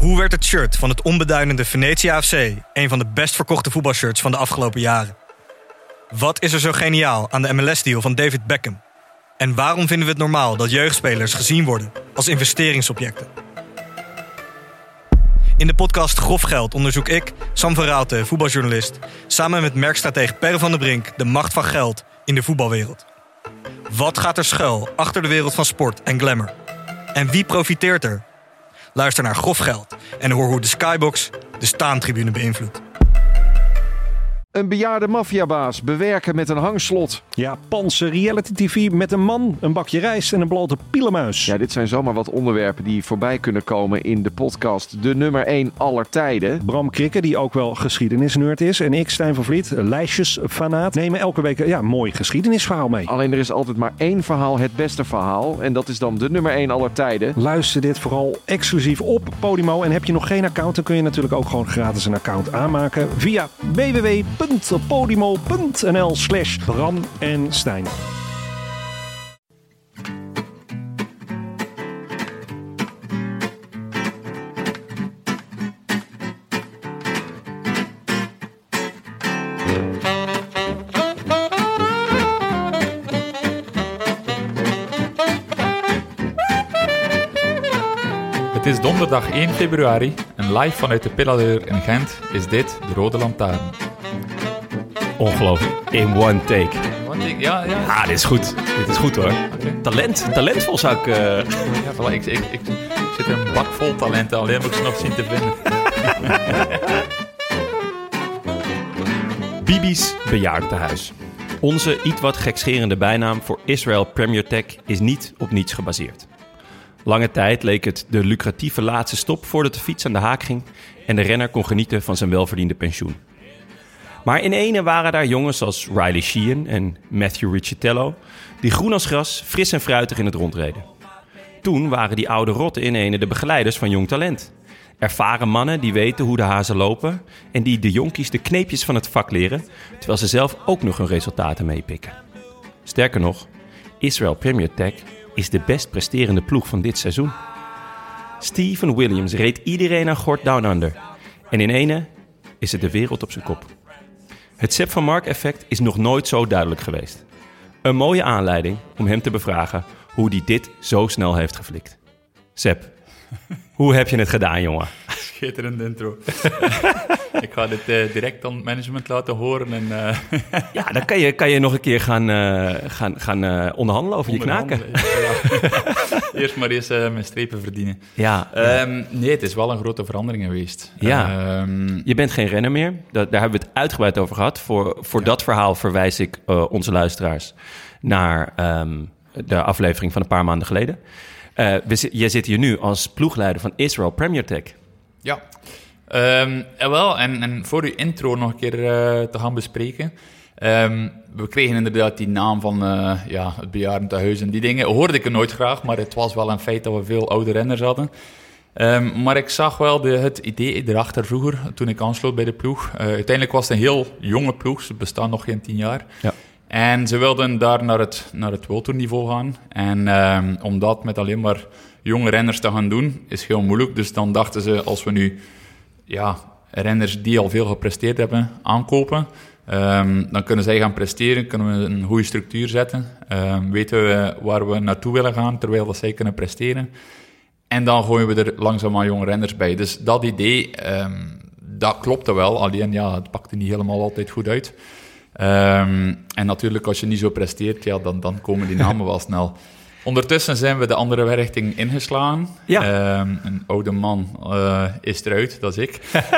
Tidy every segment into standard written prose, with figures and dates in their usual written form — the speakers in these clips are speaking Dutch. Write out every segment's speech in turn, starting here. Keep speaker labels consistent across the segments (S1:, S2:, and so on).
S1: Hoe werd het shirt van het onbeduidende Venetia FC een van de best verkochte voetbalshirts van de afgelopen jaren? Wat is er zo geniaal aan de MLS-deal van David Beckham? En waarom vinden we het normaal dat jeugdspelers gezien worden als investeringsobjecten? In de podcast Grof Geld onderzoek ik, Sam van Raalte, voetbaljournalist, samen met merkstratege Per van der Brink de macht van geld in de voetbalwereld. Wat gaat er schuil achter de wereld van sport en glamour? En wie profiteert er? Luister naar Grof Geld en hoor hoe de Skybox de staantribune beïnvloedt.
S2: Een bejaarde maffiabaas bewerken met een hangslot.
S3: Ja, Panzer reality TV met een man, een bakje rijst en een blote pielenmuis.
S2: Ja, dit zijn zomaar wat onderwerpen die voorbij kunnen komen in de podcast De nummer 1 aller tijden.
S3: Bram Krikke, die ook wel geschiedenisnerd is, en ik, Stijn van Vliet, lijstjesfanaat, nemen elke week een mooi geschiedenisverhaal mee.
S2: Alleen er is altijd maar één verhaal het beste verhaal. En dat is dan de nummer 1 aller tijden.
S3: Luister dit vooral exclusief op Podimo. En heb je nog geen account, dan kun je natuurlijk ook gewoon gratis een account aanmaken via www.podimo.nl/Bram en Stijn.
S4: Het is donderdag 1 februari en live vanuit de Pilladeur in Gent is dit de Rode Lantaarn.
S5: Ongelooflijk. In one take.
S4: Ja.
S5: Ah, dit is goed. Dit is goed hoor.
S4: Okay.
S5: Talentvol zou ik...
S4: Ja, voilà, ik zit in een bak vol talenten, alleen moet ik ze nog zien te vinden.
S5: Bibi's bejaardentehuis. Onze iets wat gekscherende bijnaam voor Israel Premier Tech is niet op niets gebaseerd. Lange tijd leek het de lucratieve laatste stop voordat de fiets aan de haak ging en de renner kon genieten van zijn welverdiende pensioen. Maar in ene waren daar jongens als Riley Sheehan en Matthew Riccitello die groen als gras, fris en fruitig in het rond reden. Toen waren die oude rotten in ene de begeleiders van jong talent. Ervaren mannen die weten hoe de hazen lopen en die de jonkies de kneepjes van het vak leren, terwijl ze zelf ook nog hun resultaten meepikken. Sterker nog, Israel Premier Tech is de best presterende ploeg van dit seizoen. Steven Williams reed iedereen aan gort down under. En in ene is het de wereld op zijn kop. Het Sepp van Mark effect is nog nooit zo duidelijk geweest. Een mooie aanleiding om hem te bevragen hoe hij dit zo snel heeft geflikt. Sepp, hoe heb je het gedaan, jongen?
S4: Schitterende intro. Ik ga dit direct aan het management laten horen. En,
S5: Ja, dan kan je nog een keer gaan onderhandelen over je knaken.
S4: Ja. Eerst maar eens mijn strepen verdienen.
S5: Ja.
S4: Nee, het is wel een grote verandering geweest.
S5: Ja. Je bent geen renner meer. Daar hebben we het uitgebreid over gehad. Voor dat verhaal verwijs ik onze luisteraars naar de aflevering van een paar maanden geleden. Jij zit hier nu als ploegleider van Israel Premier Tech.
S4: Ja, wel, en voor uw intro nog een keer te gaan bespreken. We kregen inderdaad die naam van het bejaardentehuis en die dingen. Hoorde ik er nooit graag, maar het was wel een feit dat we veel oude renners hadden. Maar ik zag wel het idee erachter vroeger, toen ik aansloot bij de ploeg. Uiteindelijk was het een heel jonge ploeg, ze bestaan nog geen 10 jaar. Ja. En ze wilden daar naar het World Tour niveau gaan. En om dat met alleen maar jonge renners te gaan doen, is heel moeilijk. Dus dan dachten ze, als we nu renners die al veel gepresteerd hebben, aankopen, dan kunnen zij gaan presteren, kunnen we een goede structuur zetten, weten we waar we naartoe willen gaan, terwijl dat zij kunnen presteren. En dan gooien we er langzaamaan jonge renners bij. Dus dat idee, dat klopte wel, alleen het pakte niet helemaal altijd goed uit. En natuurlijk, als je niet zo presteert, dan komen die namen wel snel. Ondertussen zijn we de andere richting ingeslagen. Ja. Een oude man is eruit, dat is ik.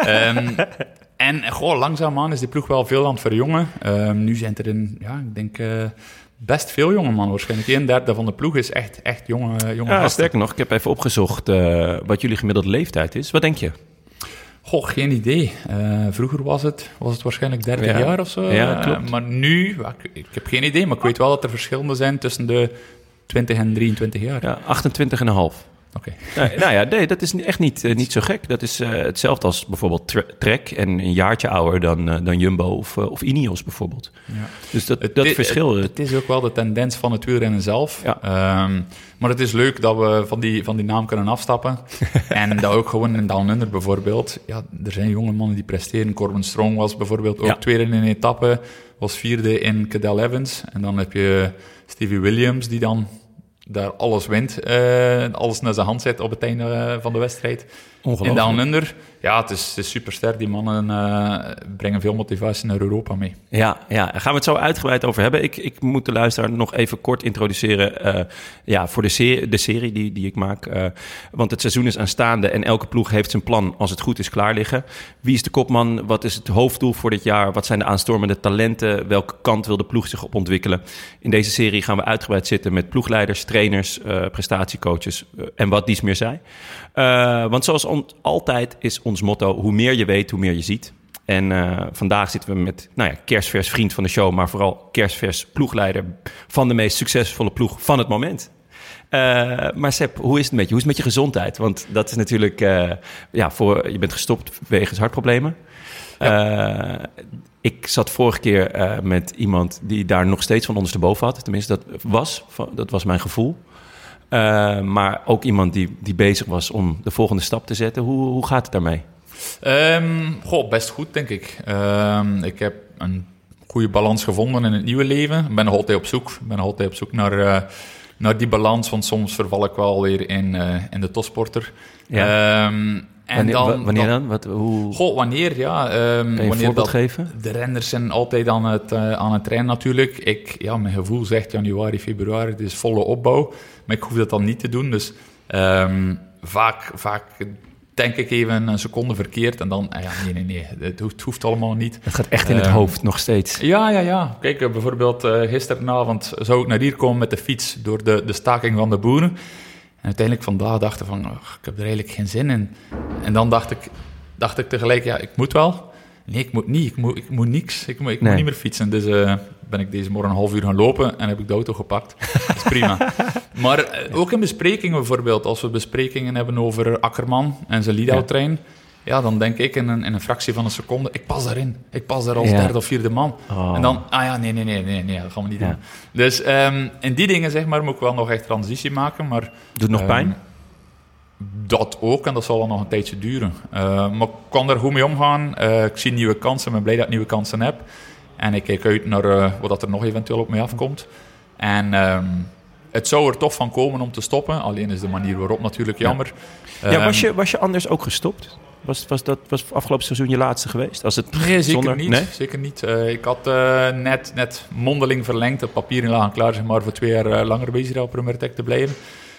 S4: En langzaamaan is die ploeg wel veel aan het verjongen. Nu zijn er ik denk best veel jonge mannen waarschijnlijk. 1/3 van de ploeg is echt jonge gasten.
S5: Sterker nog, ik heb even opgezocht wat jullie gemiddelde leeftijd is. Wat denk je?
S4: Geen idee. Vroeger was het waarschijnlijk 30 jaar of zo.
S5: Ja, klopt.
S4: Maar nu, ik heb geen idee, maar ik weet wel dat er verschillende zijn tussen de 20 en 23 jaar.
S5: Ja, 28,5.
S4: Oké.
S5: Nee, dat is echt niet zo gek. Dat is hetzelfde als bijvoorbeeld Trek en een jaartje ouder dan Jumbo of Ineos bijvoorbeeld. Ja. Dus dat verschil...
S4: Het is ook wel de tendens van het wielrennen zelf.
S5: Ja.
S4: Maar het is leuk dat we van die naam kunnen afstappen. En dat ook gewoon in Down Under bijvoorbeeld. Ja, er zijn jonge mannen die presteren. Corbin Strong was bijvoorbeeld ook tweede in een etappe. Was vierde in Cadel Evans. En dan heb je Stevie Williams die dan daar alles wint. Alles naar zijn hand zet op het einde van de wedstrijd. In Down Under. Ja, het is superster. Die mannen brengen veel motivatie naar Europa mee.
S5: Ja, daar gaan we het zo uitgebreid over hebben. Ik moet de luisteraar nog even kort introduceren voor de serie die ik maak. Want het seizoen is aanstaande en elke ploeg heeft zijn plan, als het goed is, klaar liggen. Wie is de kopman? Wat is het hoofddoel voor dit jaar? Wat zijn de aanstormende talenten? Welke kant wil de ploeg zich op ontwikkelen? In deze serie gaan we uitgebreid zitten met ploegleiders, trainers, prestatiecoaches en wat dies meer zij. Want zoals altijd is ons motto: hoe meer je weet, hoe meer je ziet. En vandaag zitten we met kerstvers vriend van de show, maar vooral kerstvers ploegleider van de meest succesvolle ploeg van het moment. Maar Sepp, hoe is het met je? Hoe is het met je gezondheid? Want dat is natuurlijk, je bent gestopt wegens hartproblemen. Ja. Ik zat vorige keer met iemand die daar nog steeds van ondersteboven had. Tenminste, dat was mijn gevoel. Maar ook iemand die bezig was om de volgende stap te zetten. Hoe gaat het daarmee?
S4: Best goed, denk ik. Ik heb een goede balans gevonden in het nieuwe leven. Ik ben nog altijd op zoek. Ik ben nog altijd op zoek naar die balans, want soms verval ik wel weer in de topsporter. Ja.
S5: Wanneer dan?
S4: Wanneer, ja.
S5: Kan je een voorbeeld geven?
S4: De renners zijn altijd aan het trainen natuurlijk. Mijn gevoel zegt januari, februari, het is volle opbouw. Maar ik hoef dat dan niet te doen. Dus vaak denk ik even een seconde verkeerd. En dan, nee, het hoeft allemaal niet.
S5: Het gaat echt in het hoofd nog steeds.
S4: Ja. Kijk, bijvoorbeeld gisteravond zou ik naar hier komen met de fiets door de staking van de boeren. En uiteindelijk vandaag dacht ik van, ik heb er eigenlijk geen zin in. En dan dacht ik tegelijk, ik moet wel. Nee, ik moet niet. Ik moet niks. Ik moet niet meer fietsen. Dus ben ik deze morgen een half uur gaan lopen en heb ik de auto gepakt. Dat is prima. Maar ook in besprekingen bijvoorbeeld. Als we besprekingen hebben over Akkerman en zijn lead-out-trein. Ja, dan denk ik in een fractie van een seconde, ik pas daarin. Ik pas daar als derde of vierde man. Oh. En dan, nee, dat gaan we niet doen. Dus in die dingen, zeg maar, moet ik wel nog echt transitie maken. Maar,
S5: doet het nog pijn?
S4: Dat ook, en dat zal wel nog een tijdje duren. Maar ik kan er goed mee omgaan. Ik zie nieuwe kansen, ik ben blij dat ik nieuwe kansen heb. En ik kijk uit naar wat er nog eventueel op mij afkomt. En het zou er toch van komen om te stoppen. Alleen is de manier waarop natuurlijk jammer.
S5: Was je anders ook gestopt? Was afgelopen seizoen je laatste geweest?
S4: Nee, zeker niet. Nee? Zeker niet. Ik had net mondeling verlengd. Het papieren lagen klaar, zeg maar, voor 2 jaar langer bezig op Premier Tech te blijven.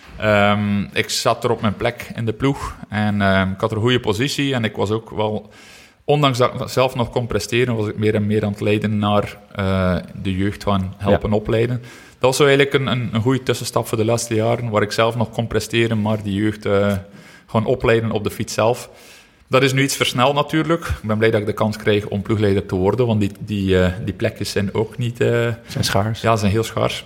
S4: Ik zat er op mijn plek in de ploeg. En ik had er een goede positie. En ik was ook wel, ondanks dat ik zelf nog kon presteren, was ik meer en meer aan het leiden naar de jeugd van helpen opleiden. Dat was zo eigenlijk een goede tussenstap voor de laatste jaren, waar ik zelf nog kon presteren, maar die jeugd gewoon opleiden op de fiets zelf. Dat is nu iets versneld natuurlijk. Ik ben blij dat ik de kans krijg om ploegleider te worden, want die plekjes zijn ook niet...
S5: zijn schaars.
S4: Ja, zijn heel schaars.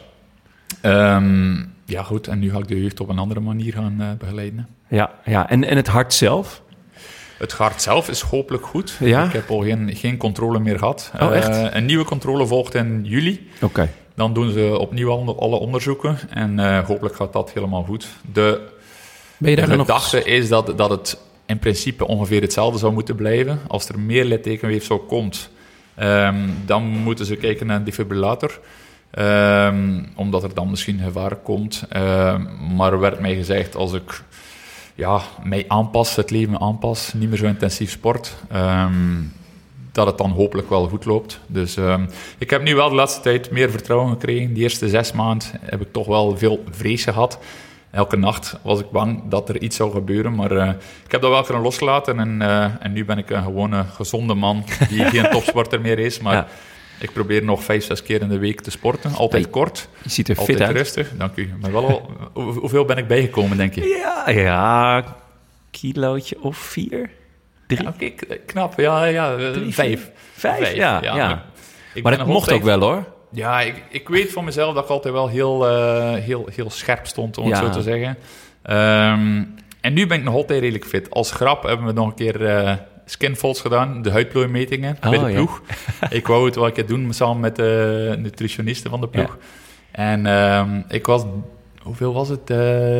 S4: Ja, goed. En nu ga ik de jeugd op een andere manier gaan begeleiden.
S5: Ja. En het hart zelf?
S4: Het hart zelf is hopelijk goed.
S5: Ja?
S4: Ik heb al geen controle meer gehad.
S5: Echt?
S4: Een nieuwe controle volgt in juli.
S5: Oké.
S4: Dan doen ze opnieuw alle onderzoeken. En hopelijk gaat dat helemaal goed. De gedachte is dat het in principe ongeveer hetzelfde zou moeten blijven. Als er meer littekenweefsel komt, dan moeten ze kijken naar een defibrillator. Omdat er dan misschien gevaar komt. Maar er werd mij gezegd, als ik mij aanpas, het leven aanpas, niet meer zo intensief sport, dat het dan hopelijk wel goed loopt. Dus ik heb nu wel de laatste tijd meer vertrouwen gekregen. Die eerste 6 maanden heb ik toch wel veel vrees gehad. Elke nacht was ik bang dat er iets zou gebeuren, maar ik heb dat wel kunnen loslaten. En nu ben ik een gewone, gezonde man die geen topsporter meer is, maar... Ja. Ik probeer nog 5-6 keer in de week te sporten. Altijd kort.
S5: Je ziet er
S4: altijd
S5: fit uit.
S4: Rustig, dank u. Maar wel al, hoeveel ben ik bijgekomen, denk je?
S5: Ja, kilootje of 4? 3?
S4: Oké, knap. Ja, 5.
S5: 5? Ja. Maar dat mocht
S4: 5.
S5: ook wel, hoor.
S4: Ja, ik weet van mezelf dat ik altijd wel heel scherp stond, om het zo te zeggen. En nu ben ik nog altijd redelijk fit. Als grap hebben we nog een keer skinfolds gedaan, de huidplooimetingen bij de ploeg. Ja. Ik wou het wel een keer doen samen met de nutritionisten van de ploeg. Ja. En ik was, hoeveel was het?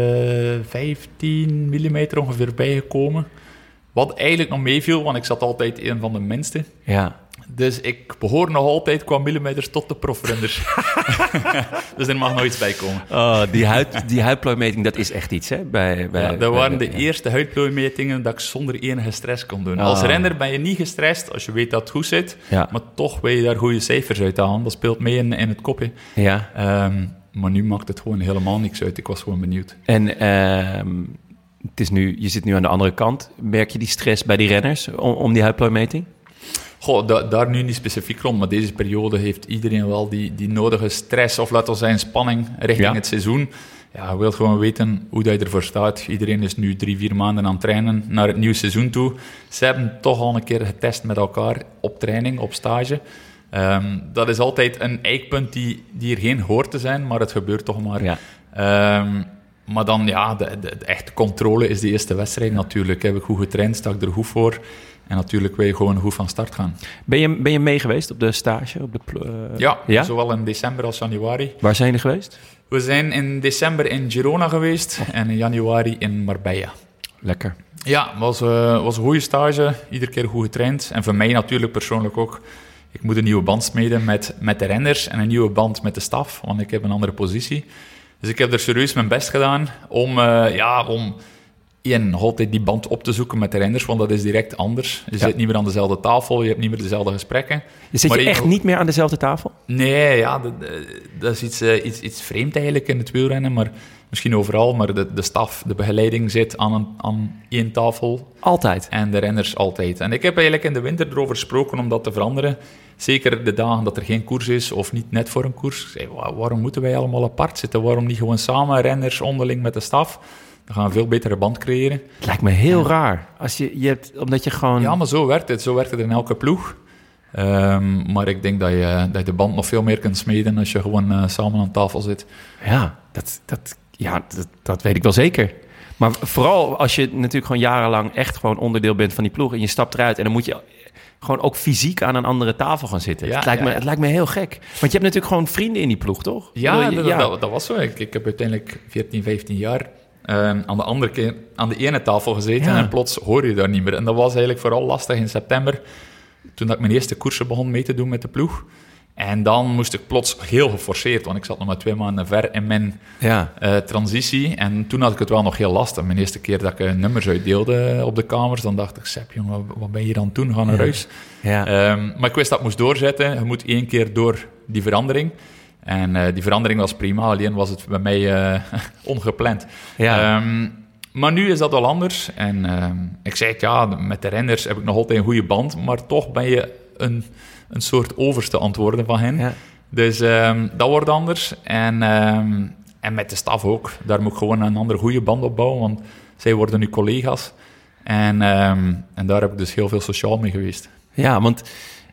S4: 15 mm ongeveer bijgekomen. Wat eigenlijk nog meeviel, want ik zat altijd een van de minste. Ja. Dus ik behoor nog altijd qua millimeters tot de profrenders. Dus er mag nog iets bij komen.
S5: Oh, die huidplooimeting, dat is echt iets, hè?
S4: Dat waren de eerste huidplooimetingen dat ik zonder enige stress kon doen. Als renner ben je niet gestrest als je weet dat het goed zit. Ja. Maar toch wil je daar goede cijfers uit halen. Dat speelt mee in het kopje. Ja. Maar nu maakt het gewoon helemaal niks uit. Ik was gewoon benieuwd.
S5: En het is nu, je zit nu aan de andere kant. Merk je die stress bij die renners om die huidplooimeting?
S4: Goh, daar nu niet specifiek rond, maar deze periode heeft iedereen wel die nodige stress, of laten we zeggen spanning, richting het seizoen. Ja, je wilt gewoon weten hoe dat je ervoor staat. Iedereen is nu 3-4 maanden aan het trainen naar het nieuwe seizoen toe. Ze hebben toch al een keer getest met elkaar op training, op stage. Dat is altijd een eikpunt die er geen hoort te zijn, maar het gebeurt toch maar. Ja. Maar dan, de echte controle is de eerste wedstrijd natuurlijk. Heb ik goed getraind, sta ik er goed voor. En natuurlijk wil je gewoon goed van start gaan.
S5: Ben je mee geweest op de stage?
S4: Ja, zowel in december als januari.
S5: Waar zijn jullie geweest?
S4: We zijn in december in Girona geweest en in januari in Marbella.
S5: Lekker.
S4: Ja, was een goede stage. Iedere keer goed getraind. En voor mij natuurlijk persoonlijk ook. Ik moet een nieuwe band smeden met de renners en een nieuwe band met de staf, want ik heb een andere positie. Dus ik heb er serieus mijn best gedaan om nog altijd die band op te zoeken met de renners, want dat is direct anders. Je zit niet meer aan dezelfde tafel, je hebt niet meer dezelfde gesprekken.
S5: Zit je echt niet meer aan dezelfde tafel?
S4: Nee, dat is iets vreemd eigenlijk in het wielrennen, maar misschien overal. Maar de staf, de begeleiding zit aan één tafel.
S5: Altijd?
S4: En de renners altijd. En ik heb eigenlijk in de winter erover gesproken om dat te veranderen. Zeker de dagen dat er geen koers is, of niet net voor een koers. Ik zei, waarom moeten wij allemaal apart zitten? Waarom niet gewoon samen, renners onderling met de staf? Dan gaan we een veel betere band creëren.
S5: Het lijkt me heel raar. Als je hebt, omdat je gewoon...
S4: Ja, maar zo werkt het. Zo werkt het in elke ploeg. Maar ik denk dat je de band nog veel meer kunt smeden als je gewoon samen aan tafel zit.
S5: Ja, dat weet ik wel zeker. Maar vooral als je natuurlijk gewoon jarenlang echt gewoon onderdeel bent van die ploeg en je stapt eruit en dan moet je gewoon ook fysiek aan een andere tafel gaan zitten. Ja, het lijkt me heel gek. Want je hebt natuurlijk gewoon vrienden in die ploeg, toch?
S4: Ja, dat was zo. Ik heb uiteindelijk 14, 15 jaar aan de ene tafel gezeten en plots hoor je daar niet meer. En dat was eigenlijk vooral lastig in september, toen ik mijn eerste koersen begon mee te doen met de ploeg. En dan moest ik plots heel geforceerd, want ik zat nog maar 2 maanden ver in mijn transitie. En toen had ik het wel nog heel lastig. Mijn eerste keer dat ik nummers uitdeelde op de kamers, dan dacht ik, Sepp, jongen, wat ben je dan toen? Ga naar huis. Ja. Maar ik wist dat ik moest doorzetten. Je moet 1 keer door die verandering. En die verandering was prima, alleen was het bij mij ongepland. Ja. Maar nu is dat wel anders. En ik zei het, met de renners heb ik nog altijd een goede band, maar toch ben je een soort overste antwoorden van hen. Ja. Dus dat wordt anders. En met de staf ook. Daar moet ik gewoon een andere goede band op bouwen, want zij worden nu collega's. En daar heb ik dus heel veel sociaal mee geweest.
S5: Ja, want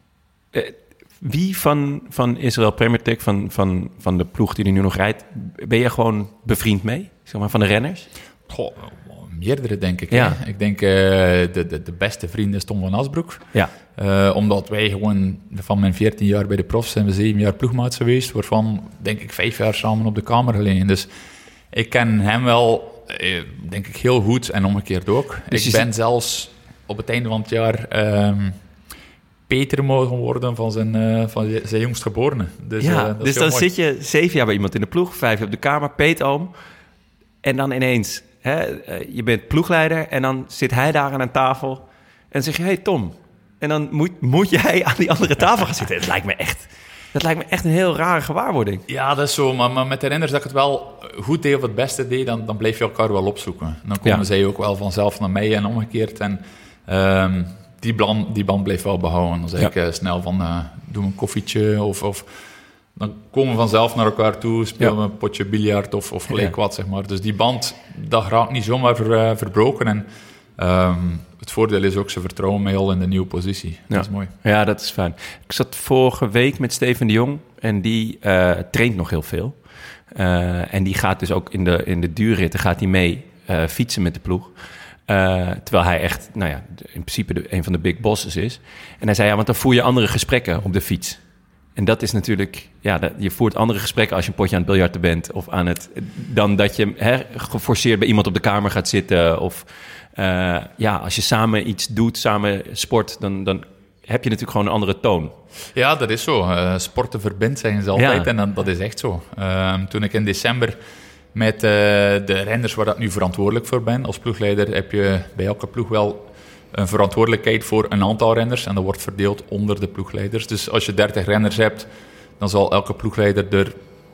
S5: wie van Israel Premier Tech, van de ploeg die er nu nog rijdt, ben je gewoon bevriend mee? Zeg maar, van de renners?
S4: Goh, meerdere, denk ik. Ja. Ik denk de beste vriend is Tom van Asbroek. Ja. Omdat wij gewoon van mijn 14 jaar bij de profs zijn we 7 jaar ploegmaats geweest, waarvan denk ik 5 jaar samen op de kamer gelegen. Dus ik ken hem wel, denk ik, heel goed en omgekeerd ook. Dus ik ben zelfs op het einde van het jaar Peter mogen worden van zijn jongstgeborene. Dus,
S5: dus dan mooi. Zit je 7 jaar bij iemand in de ploeg, 5 op de kamer, Peetoom, en dan ineens, je bent ploegleider en dan zit hij daar aan een tafel en dan zeg je, hey Tom, en dan moet jij aan die andere tafel gaan zitten. Dat lijkt me echt een heel rare gewaarwording.
S4: Ja, dat is zo, maar met de renners dat ik het wel goed deed of het beste deed, dan bleef je elkaar wel opzoeken. Dan komen zij ook wel vanzelf naar mij en omgekeerd. En die band bleef wel behouden. Dan zeg ik snel van, doe een koffietje of dan komen we vanzelf naar elkaar toe, spelen we een potje biljart of gelijk wat, zeg maar. Dus die band, dat raakt niet zomaar verbroken. En het voordeel is ook, ze vertrouwen mij al in de nieuwe positie. Dat is mooi.
S5: Ja, dat is fijn. Ik zat vorige week met Steven de Jong en die traint nog heel veel. En die gaat dus ook in de duurritten gaat hij mee fietsen met de ploeg. Terwijl hij echt, in principe een van de big bosses is. En hij zei, want dan voer je andere gesprekken op de fiets. En dat is natuurlijk, je voert andere gesprekken als je een potje aan het biljarten bent. Of dan dat je geforceerd bij iemand op de kamer gaat zitten. Of als je samen iets doet, samen sport, dan heb je natuurlijk gewoon een andere toon.
S4: Ja, dat is zo. Sporten verbindt, zeggen ze altijd. Ja. En dat is echt zo. Toen ik in december met de renners waar ik nu verantwoordelijk voor ben, als ploegleider, heb je bij elke ploeg wel een verantwoordelijkheid voor een aantal renners. En dat wordt verdeeld onder de ploegleiders. Dus als je 30 renners hebt, dan zal elke ploegleider er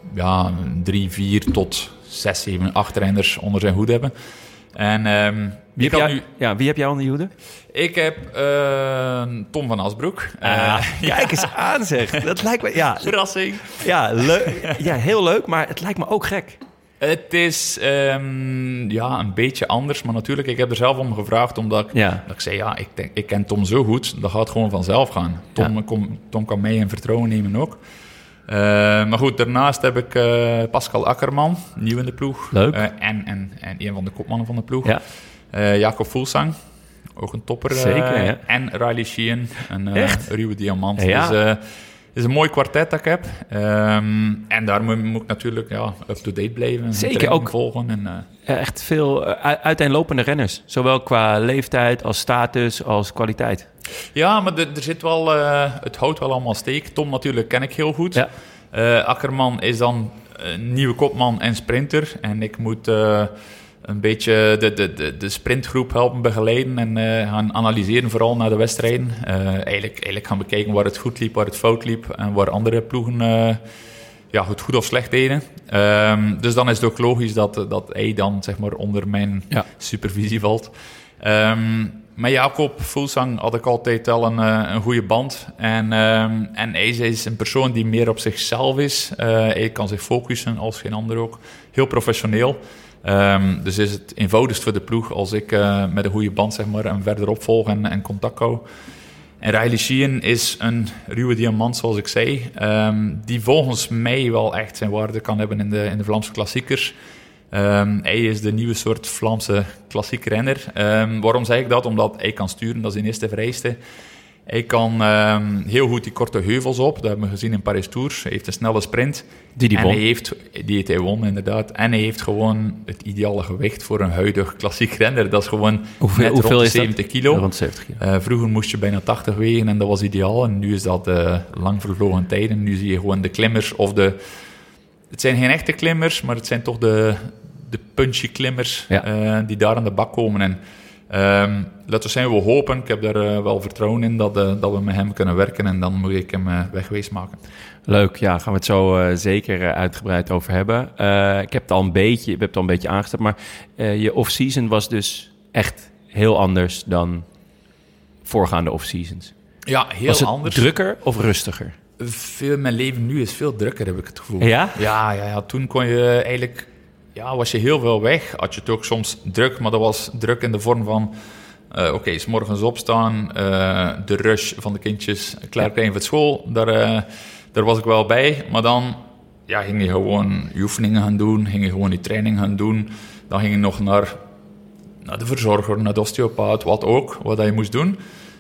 S4: 3, 4 tot 6, 7, 8 renners onder zijn hoed hebben. En
S5: wie heb jij onder je hoede?
S4: Ik heb Tom van Asbroek.
S5: Kijk eens aan, zeg. Dat lijkt me... Ja,
S4: verrassing.
S5: Ja, heel leuk, maar het lijkt me ook gek.
S4: Het is een beetje anders, maar natuurlijk, ik heb er zelf om gevraagd, omdat ik zei, ik ken Tom zo goed, dat gaat gewoon vanzelf gaan. Tom kan mij in vertrouwen nemen ook. Maar goed, daarnaast heb ik Pascal Akkerman, nieuw in de ploeg.
S5: Leuk.
S4: En een van de kopmannen van de ploeg.
S5: Ja.
S4: Jacob Fulsang, ook een topper.
S5: Zeker, ja.
S4: En Riley Sheehan, een ruwe diamant.
S5: Ja.
S4: Dus het is een mooi kwartet dat ik heb. En daar moet ik natuurlijk up-to-date blijven.
S5: Zeker, ook
S4: volgen. En,
S5: echt veel uiteenlopende renners. Zowel qua leeftijd als status als kwaliteit.
S4: Ja, maar er zit wel... het houdt wel allemaal steek. Tom natuurlijk ken ik heel goed. Ja. Akkerman is dan een nieuwe kopman en sprinter. En ik moet een beetje de sprintgroep helpen begeleiden en gaan analyseren, vooral naar de wedstrijden. Eigenlijk gaan bekijken waar het goed liep, waar het fout liep en waar andere ploegen het goed of slecht deden. Dus dan is het ook logisch dat hij dan zeg maar onder mijn supervisie valt. Met Jacob Fulsang had ik altijd wel een goede band. En hij is een persoon die meer op zichzelf is. Hij kan zich focussen als geen ander ook. Heel professioneel. Dus is het eenvoudigst voor de ploeg als ik met een goede band zeg maar, hem verder opvolg en contact hou. En Riley Sheehan is een ruwe diamant, zoals ik zei, die volgens mij wel echt zijn waarde kan hebben in de Vlaamse klassiekers. Hij is de nieuwe soort Vlaamse klassiek renner. Waarom zeg ik dat? Omdat hij kan sturen, dat is de eerste vereiste. Hij kan heel goed die korte heuvels op. Dat hebben we gezien in Paris-Tours. Hij heeft een snelle sprint.
S5: Die won.
S4: Hij won, inderdaad. En hij heeft gewoon het ideale gewicht voor een huidig klassiek renner. Dat is gewoon
S5: hoeveel
S4: rond de
S5: is
S4: 70 kilo.
S5: Rond 70 kilo.
S4: Vroeger moest je bijna 80 wegen en dat was ideaal. En nu is dat lang vervlogen tijden. Nu zie je gewoon de klimmers of de... Het zijn geen echte klimmers, maar het zijn toch de punchy klimmers die daar aan de bak komen. En laten we zijn, we hopen, ik heb daar wel vertrouwen in, dat we met hem kunnen werken en dan moet ik hem wegwees maken.
S5: Leuk, ja, gaan we het zo zeker uitgebreid over hebben. Ik heb het al een beetje aangezet, maar je off-season was dus echt heel anders dan voorgaande off-seasons.
S4: Ja, heel
S5: was het
S4: anders.
S5: Drukker of rustiger?
S4: Mijn leven nu is veel drukker, heb ik het gevoel.
S5: Ja?
S4: Ja, toen kon je eigenlijk... Ja, was je heel veel weg. Had je het ook soms druk, maar dat was druk in de vorm van... Oké, 's morgens opstaan, de rush van de kindjes klaarkrijgen voor school. Daar was ik wel bij. Maar dan ging je gewoon je oefeningen gaan doen, ging je gewoon je training gaan doen. Dan ging je nog naar de verzorger, naar de osteopaat, wat je moest doen.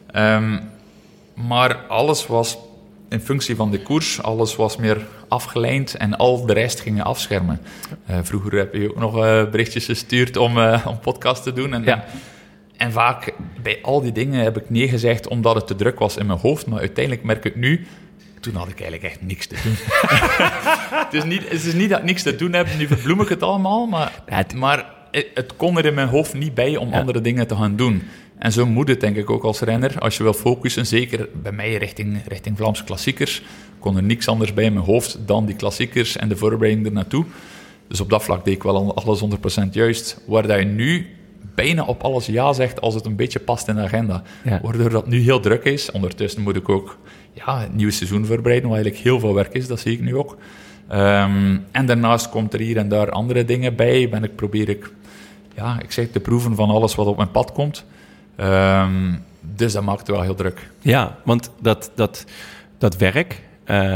S4: Maar alles was in functie van de koers, alles was meer afgeleid en al de rest ging je afschermen. Vroeger heb je ook nog berichtjes gestuurd om podcast te doen. En vaak bij al die dingen heb ik nee gezegd omdat het te druk was in mijn hoofd. Maar uiteindelijk merk ik nu, toen had ik eigenlijk echt niks te doen. Het is niet dat ik niks te doen heb, nu verbloem ik het allemaal. Maar het kon er in mijn hoofd niet bij om andere dingen te gaan doen. En zo moet het denk ik ook als renner. Als je wil focussen, zeker bij mij richting Vlaamse klassiekers, kon er niks anders bij in mijn hoofd dan die klassiekers en de voorbereiding ernaartoe. Dus op dat vlak deed ik wel alles 100% juist. Waar dat je nu bijna op alles ja zegt als het een beetje past in de agenda. Ja. Waardoor dat nu heel druk is. Ondertussen moet ik ook het nieuwe seizoen voorbereiden, wat eigenlijk heel veel werk is. Dat zie ik nu ook. En daarnaast komt er hier en daar andere dingen bij. Probeer ik te proeven van alles wat op mijn pad komt. Dus dat maakt het wel heel druk. Ja,
S5: want dat werk,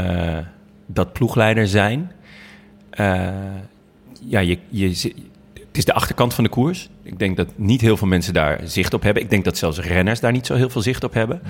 S5: dat ploegleider zijn... het is de achterkant van de koers. Ik denk dat niet heel veel mensen daar zicht op hebben. Ik denk dat zelfs renners daar niet zo heel veel zicht op hebben.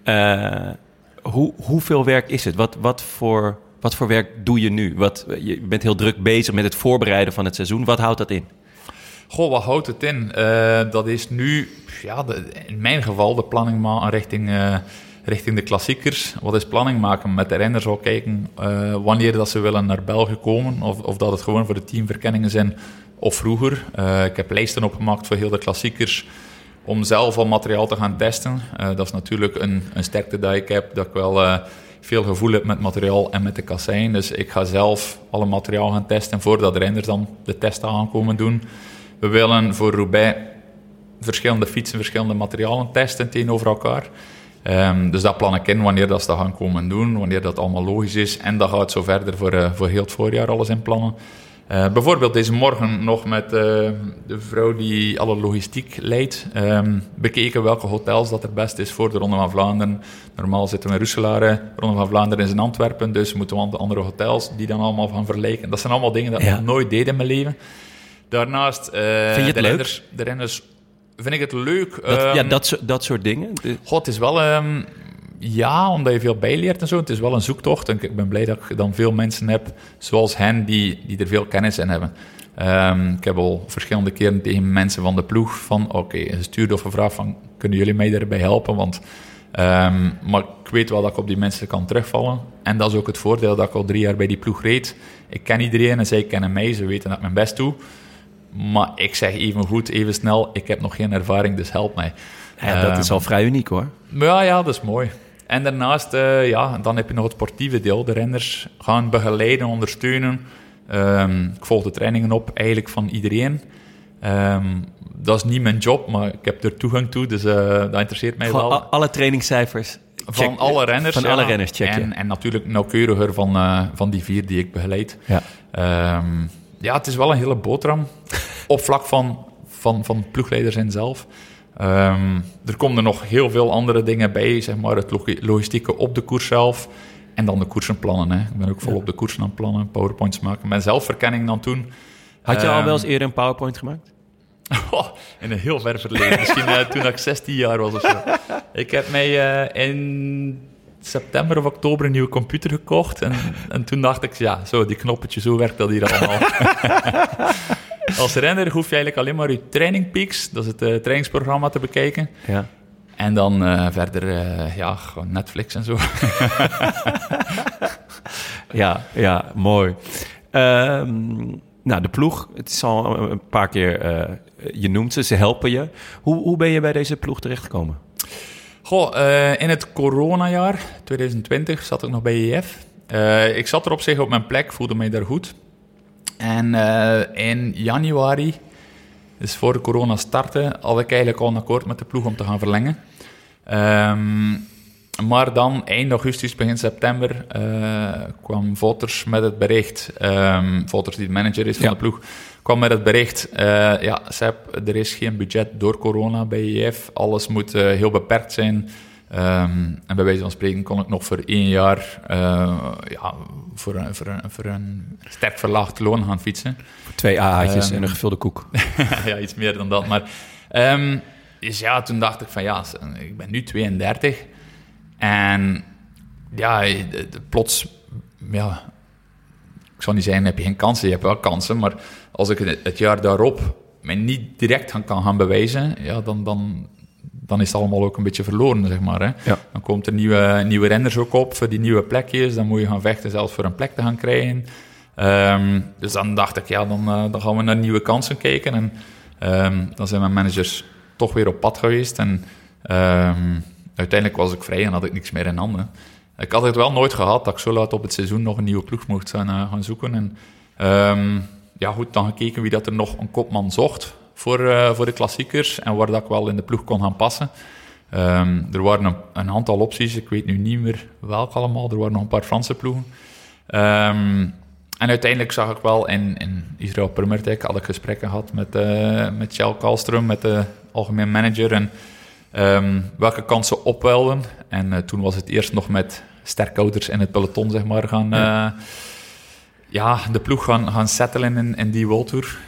S5: Hoeveel werk is het? Wat voor werk doe je nu? Je bent heel druk bezig met het voorbereiden van het seizoen. Wat houdt dat in?
S4: Goh, wat houdt het in? Dat is nu, in mijn geval, de planning maken richting de klassiekers. Wat is planning maken? Met de renners al kijken wanneer dat ze willen naar België komen. Of dat het gewoon voor de teamverkenningen zijn of vroeger. Ik heb lijsten opgemaakt voor heel de klassiekers om zelf al materiaal te gaan testen. Dat is natuurlijk een sterkte dat ik heb, dat ik wel veel gevoel heb met materiaal en met de kassein. Dus ik ga zelf alle materiaal gaan testen voordat de renners dan de testen gaan komen doen. We willen voor Roubaix verschillende fietsen, verschillende materialen testen tegenover elkaar. Dus dat plan ik in wanneer dat ze dat gaan komen doen, wanneer dat allemaal logisch is. En dat gaat zo verder voor heel het voorjaar alles in plannen. Bijvoorbeeld deze morgen nog met de vrouw die alle logistiek leidt, bekeken welke hotels dat er best is voor de Ronde van Vlaanderen. Normaal zitten we in Roeselare, Ronde van Vlaanderen is in Antwerpen, dus moeten we aan de andere hotels die dan allemaal van vergelijken. Dat zijn allemaal dingen die ik nog nooit deed in mijn leven. Daarnaast,
S5: vind je het
S4: de renners, vind ik het leuk.
S5: Dat soort dingen?
S4: God, het is wel... omdat je veel bijleert en zo. Het is wel een zoektocht. En ik ben blij dat ik dan veel mensen heb, zoals hen, die er veel kennis in hebben. Ik heb al verschillende keren tegen mensen van de ploeg van... Oké, stuurde of gevraagd van... Kunnen jullie mij daarbij helpen? Want... maar ik weet wel dat ik op die mensen kan terugvallen. En dat is ook het voordeel dat ik al 3 jaar bij die ploeg reed. Ik ken iedereen en zij kennen mij. Ze weten dat ik mijn best doe. Maar ik zeg even goed, even snel... Ik heb nog geen ervaring, dus help mij.
S5: Dat is al vrij uniek, hoor.
S4: Ja, dat is mooi. En daarnaast, dan heb je nog het sportieve deel. De renners gaan begeleiden, ondersteunen. Ik volg de trainingen op, eigenlijk van iedereen. Dat is niet mijn job, maar ik heb er toegang toe, dus dat interesseert mij wel.
S5: Alle trainingscijfers
S4: van alle renners.
S5: Van alle renners checken.
S4: En natuurlijk nauwkeuriger van die 4 die ik begeleid.
S5: Ja.
S4: Het is wel een hele boterham. Op vlak van ploegleiders in zelf. Er komen er nog heel veel andere dingen bij, zeg maar het logistieke op de koers zelf en dan de koersenplannen. Hè. Ik ben ook vol op de koersen aan het plannen, powerpoints maken, mijn zelfverkenning dan toen.
S5: Had je al wel eens eerder een PowerPoint gemaakt?
S4: In een heel ver verleden, misschien toen ik 16 jaar was of zo. Ik heb mij in september of oktober een nieuwe computer gekocht en toen dacht ik, die knoppetje, zo werkt dat hier allemaal. Als renner hoef je eigenlijk alleen maar je Training Peaks, dat is het trainingsprogramma, te bekijken. Ja. En dan verder, gewoon Netflix en zo.
S5: ja, mooi. De ploeg, het is al een paar keer, je noemt ze helpen je. Hoe ben je bij deze ploeg terechtgekomen?
S4: In het coronajaar, 2020, zat ik nog bij EF. Ik zat er op zich op mijn plek, voelde mij daar goed. En in januari, dus voor de corona startte, had ik eigenlijk al een akkoord met de ploeg om te gaan verlengen. Maar dan, eind augustus, begin september, kwam Voters met het bericht, Voters die de manager is van de ploeg, kwam met het bericht, Sepp, er is geen budget door corona bij EF, alles moet heel beperkt zijn. En bij wijze van spreken kon ik nog voor 1 jaar voor een sterk verlaagd loon gaan fietsen.
S5: Voor 2 AA'tjes en een gevulde koek.
S4: Ja, iets meer dan dat. Maar dus toen dacht ik van ik ben nu 32 en plots, ik zal niet zeggen heb je geen kansen, je hebt wel kansen, maar als ik het jaar daarop mij niet direct kan gaan bewijzen, dan is het allemaal ook een beetje verloren, zeg maar. Hè. Ja. Dan komt er nieuwe renners ook op voor die nieuwe plekjes. Dan moet je gaan vechten zelfs voor een plek te gaan krijgen. Dus dan dacht ik, dan gaan we naar nieuwe kansen kijken. En dan zijn mijn managers toch weer op pad geweest. En uiteindelijk was ik vrij en had ik niks meer in handen. Ik had het wel nooit gehad dat ik zo laat op het seizoen nog een nieuwe ploeg mocht gaan zoeken. En dan gekeken wie dat er nog een kopman zocht voor de klassiekers en waar dat ik wel in de ploeg kon gaan passen. Er waren een aantal opties, ik weet nu niet meer welke allemaal, er waren nog een paar Franse ploegen. En uiteindelijk zag ik wel in Israël Premier Tech, had ik gesprekken gehad met Kjell Karlström, met de algemeen manager, en welke kansen opwelden. En toen was het eerst nog met sterkouders in het peloton, zeg maar, de ploeg gaan settelen in die World Tour.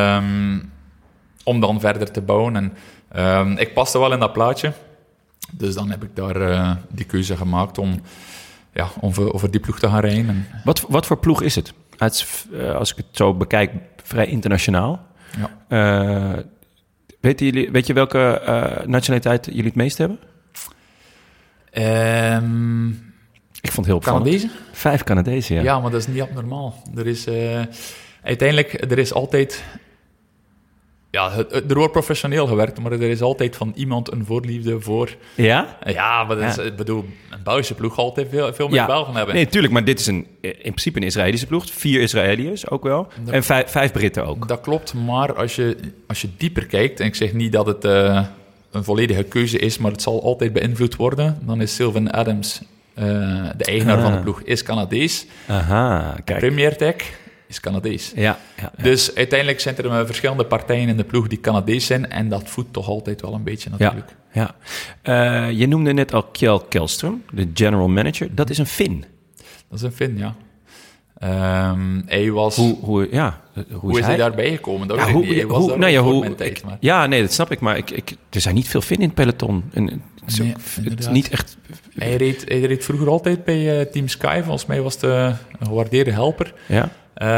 S4: Om dan verder te bouwen. En ik paste wel in dat plaatje. Dus dan heb ik daar die keuze gemaakt om voor die ploeg te gaan rijden. En
S5: Wat voor ploeg is het? Als ik het zo bekijk, vrij internationaal.
S4: ja.
S5: Weet je welke nationaliteit jullie het meest hebben? Ik vond het heel opvallend.
S4: Canadezen?
S5: 5 Canadezen, ja.
S4: Ja, maar dat is niet abnormaal. Er is uiteindelijk, er is altijd... Ja, er wordt professioneel gewerkt, maar er is altijd van iemand een voorliefde voor...
S5: Ja?
S4: Ja, maar dat is, ik bedoel, een Belgische ploeg gaat altijd veel meer Belgen hebben.
S5: Nee, tuurlijk, maar dit is in principe een Israëlische ploeg. 4 Israëliërs ook wel. En 5 Britten ook.
S4: Dat klopt, maar als je dieper kijkt, en ik zeg niet dat het een volledige keuze is, maar het zal altijd beïnvloed worden, dan is Sylvain Adams, de eigenaar van de ploeg, is Canadees.
S5: Aha, kijk.
S4: Premier Tech is Canadees.
S5: Ja.
S4: Dus uiteindelijk zijn er verschillende partijen in de ploeg die Canadees zijn, en dat voedt toch altijd wel een beetje natuurlijk.
S5: Ja. Je noemde net al Kjell Kellström, de general manager. Dat is een Fin.
S4: Dat is een Fin, ja. Hij was...
S5: Hoe
S4: is hij daarbij gekomen? Dat weet ik niet. Hij was daar voor mijn tijd. Maar...
S5: Ja, nee, dat snap ik. Maar er zijn niet veel Finnen in het peloton. En het is niet echt...
S4: Hij reed vroeger altijd bij Team Sky. Volgens mij was het een gewaardeerde helper.
S5: Ja.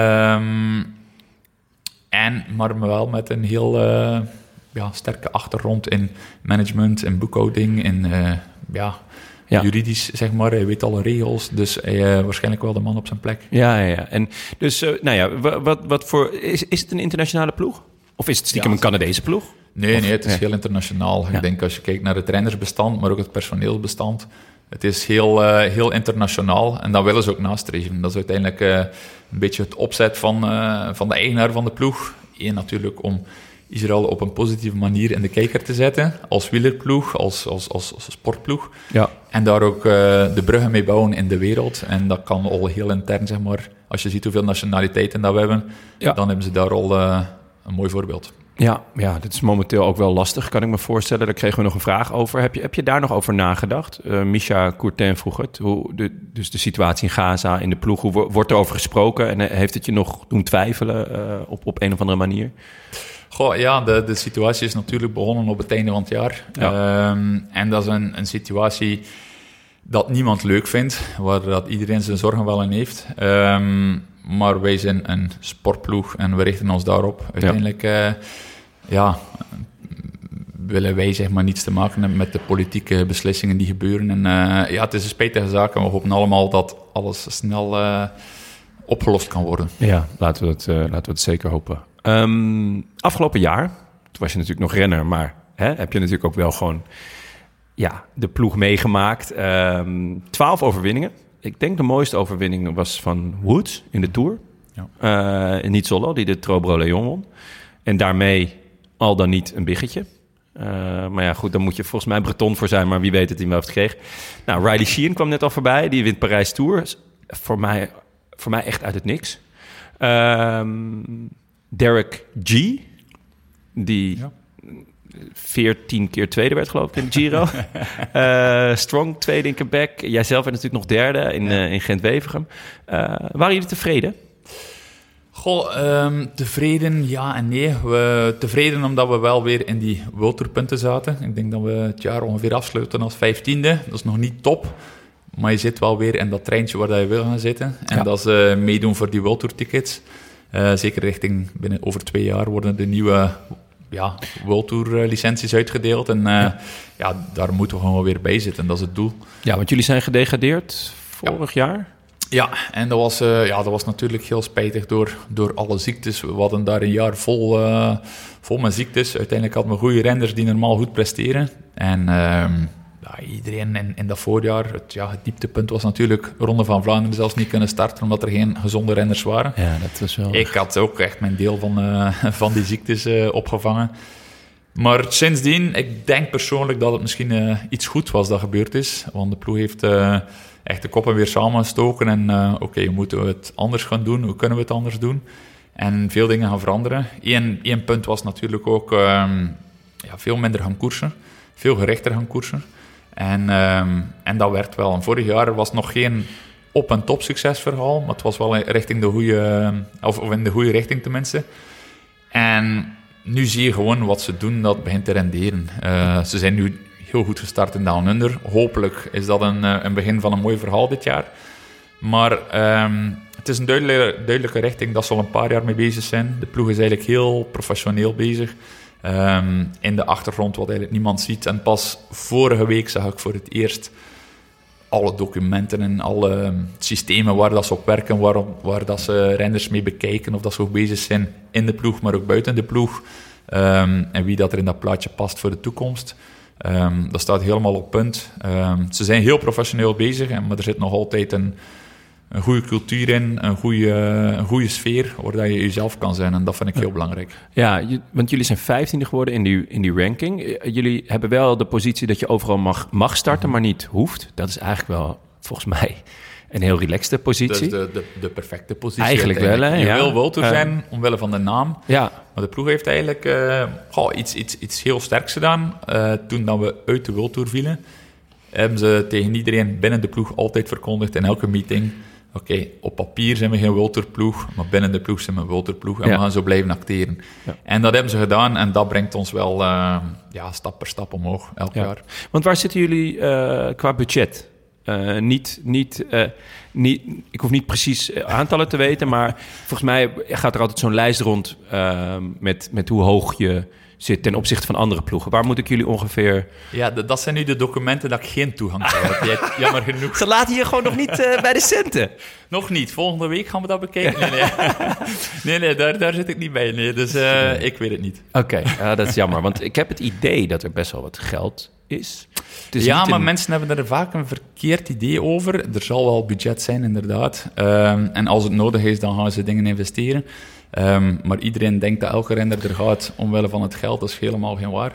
S4: Maar wel met een heel sterke achtergrond in management, in boekhouding, in juridisch, zeg maar. Hij weet alle regels, dus hij waarschijnlijk wel de man op zijn plek.
S5: Ja. En dus, wat voor... Is het een internationale ploeg? Of is het stiekem een Canadese ploeg?
S4: Nee, het is heel internationaal. Ja. Ik denk als je kijkt naar het rennersbestand, maar ook het personeelsbestand, het is heel internationaal en dat willen ze ook nastreven. Dat is uiteindelijk een beetje het opzet van de eigenaar van de ploeg. Eén natuurlijk om Israël op een positieve manier in de kijker te zetten, als wielerploeg, als sportploeg. Ja. En daar ook de bruggen mee bouwen in de wereld. En dat kan al heel intern, zeg maar. Als je ziet hoeveel nationaliteiten dat we hebben, dan hebben ze daar al een mooi voorbeeld. Ja,
S5: dat is momenteel ook wel lastig, kan ik me voorstellen. Daar kregen we nog een vraag over. Heb je daar nog over nagedacht? Misha Courtin vroeg het. Dus de situatie in Gaza, in de ploeg, hoe wordt er over gesproken? En heeft het je nog doen twijfelen op een of andere manier?
S4: Goh, ja, de situatie is natuurlijk begonnen op het einde van het jaar. Ja. En dat is een situatie dat niemand leuk vindt, waar dat iedereen zijn zorgen wel in heeft. Maar wij zijn een sportploeg en we richten ons daarop. Uiteindelijk willen wij zeg maar niets te maken hebben met de politieke beslissingen die gebeuren. En het is een spijtige zaak en we hopen allemaal dat alles snel opgelost kan worden.
S5: Ja, laten we het zeker hopen. Afgelopen jaar, toen was je natuurlijk nog renner, maar heb je natuurlijk ook wel gewoon de ploeg meegemaakt. 12 overwinningen. Ik denk de mooiste overwinning was van Woods in de Tour. Ja. Niet Solo, die de Trobro Leon won. En daarmee al dan niet een biggetje. Maar ja, goed, dan moet je volgens mij Breton voor zijn, maar wie weet het in mijn hoofd kreeg. Nou, Riley Sheehan kwam net al voorbij. Die wint Parijs Tour. Voor mij echt uit het niks. Derek G, die 14 keer tweede werd, geloof ik, in de Giro. Strong tweede in Quebec. Jijzelf werd natuurlijk nog derde in Gent-Wevelgem. Waren jullie tevreden?
S4: Tevreden, ja en nee. Tevreden omdat we wel weer in die World Tour punten zaten. Ik denk dat we het jaar ongeveer afsluiten als 15e. Dat is nog niet top. Maar je zit wel weer in dat treintje waar je wil gaan zitten. En dat is meedoen voor die World Tour tickets. Zeker richting binnen over 2 jaar worden de nieuwe World Tour licenties uitgedeeld. En daar moeten we gewoon weer bij zitten. Dat is het doel. Ja,
S5: want jullie zijn gedegradeerd vorig jaar.
S4: Ja, en dat was natuurlijk heel spijtig door alle ziektes. We hadden daar een jaar vol met ziektes. Uiteindelijk hadden we goede renners die normaal goed presteren. En iedereen in dat voorjaar, het dieptepunt was natuurlijk Ronde van Vlaanderen zelfs niet kunnen starten, omdat er geen gezonde renners waren.
S5: Ja, dat was wel...
S4: Ik had ook echt mijn deel van die ziektes opgevangen. Maar sindsdien, ik denk persoonlijk dat het misschien iets goed was dat gebeurd is. Want de ploeg heeft echt de koppen weer samengestoken. En oké, moeten we het anders gaan doen? Hoe kunnen we het anders doen? En veel dingen gaan veranderen. Eén punt was natuurlijk ook veel minder gaan koersen. Veel gerichter gaan koersen. En dat werd wel. En vorig jaar was nog geen op- en top succesverhaal, maar het was wel richting de goede, of in de goede richting tenminste. En nu zie je gewoon wat ze doen, dat begint te renderen. Ze zijn nu heel goed gestart in Down Under. Hopelijk is dat een begin van een mooi verhaal dit jaar. Maar het is een duidelijke richting dat ze al een paar jaar mee bezig zijn. De ploeg is eigenlijk heel professioneel bezig. In de achtergrond wat eigenlijk niemand ziet. En pas vorige week zag ik voor het eerst alle documenten en alle systemen waar dat ze op werken, waar dat ze renners mee bekijken, of dat ze ook bezig zijn in de ploeg, maar ook buiten de ploeg. En wie dat er in dat plaatje past voor de toekomst. Dat staat helemaal op punt. Ze zijn heel professioneel bezig, maar er zit nog altijd een goede cultuur in, een goede sfeer, waar dat je jezelf kan zijn. En dat vind ik heel belangrijk.
S5: Ja, want jullie zijn 15e geworden in die ranking. Jullie hebben wel de positie dat je overal mag starten, maar niet hoeft. Dat is eigenlijk wel, volgens mij, een heel relaxte positie.
S4: Dat is de perfecte positie.
S5: Eigenlijk wel, hè?
S4: Je wil World zijn, omwille van de naam.
S5: Ja.
S4: Maar de ploeg heeft eigenlijk iets heel sterks gedaan. Toen dat we uit de World Tour vielen, hebben ze tegen iedereen binnen de ploeg altijd verkondigd in elke meeting: oké, op papier zijn we geen World Tour ploeg, maar binnen de ploeg zijn we een World Tour ploeg en we gaan zo blijven acteren. Ja. En dat hebben ze gedaan en dat brengt ons wel stap per stap omhoog elk jaar.
S5: Want waar zitten jullie qua budget? Ik hoef niet precies aantallen te weten, maar volgens mij gaat er altijd zo'n lijst rond met hoe hoog je zit ten opzichte van andere ploegen. Waar moet ik jullie ongeveer...
S4: Ja, dat zijn nu de documenten dat ik geen toegang heb. Jammer genoeg.
S5: Ze laten je gewoon nog niet bij de centen.
S4: Nog niet. Volgende week gaan we dat bekijken. Nee, daar zit ik niet bij. Nee, dus ik weet het niet.
S5: Oké, dat is jammer. Want ik heb het idee dat er best wel wat geld is.
S4: Ja, maar mensen hebben er vaak een verkeerd idee over. Er zal wel budget zijn, inderdaad. En als het nodig is, dan gaan ze dingen investeren. Maar iedereen denkt dat elke renner er gaat omwille van het geld. Dat is helemaal geen waar.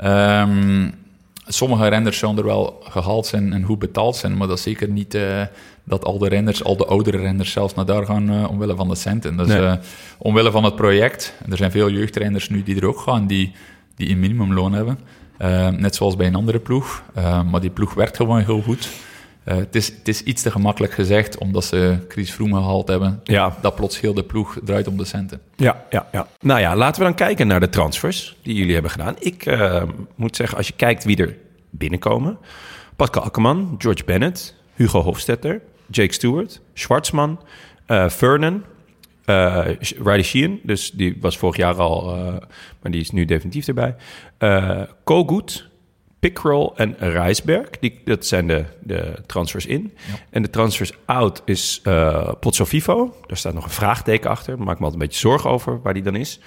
S4: Sommige renners zullen er wel gehaald zijn en goed betaald zijn, maar dat is zeker niet dat al de oudere renners zelfs naar daar gaan omwille van de centen. Dus omwille van het project. Er zijn veel jeugdrenners nu die er ook gaan, die een minimumloon hebben. Net zoals bij een andere ploeg. Maar die ploeg werkt gewoon heel goed. Het is iets te gemakkelijk gezegd, omdat ze Chris Froome gehaald hebben. Ja. Dat plots heel de ploeg draait om de centen.
S5: Ja. Nou ja, laten we dan kijken naar de transfers die jullie hebben gedaan. Ik moet zeggen, als je kijkt wie er binnenkomen: Pascal Akkerman, George Bennett, Hugo Hofstetter, Jake Stewart, Schwartzman, Vernon, Riley Sheehan, dus die was vorig jaar al, maar die is nu definitief erbij. Kogut, Pickrell en Rijsberg, dat zijn de transfers in. Ja. En de transfers out is Pozzo Vivo. Daar staat nog een vraagteken achter. Daar maak ik me altijd een beetje zorgen over waar die dan is.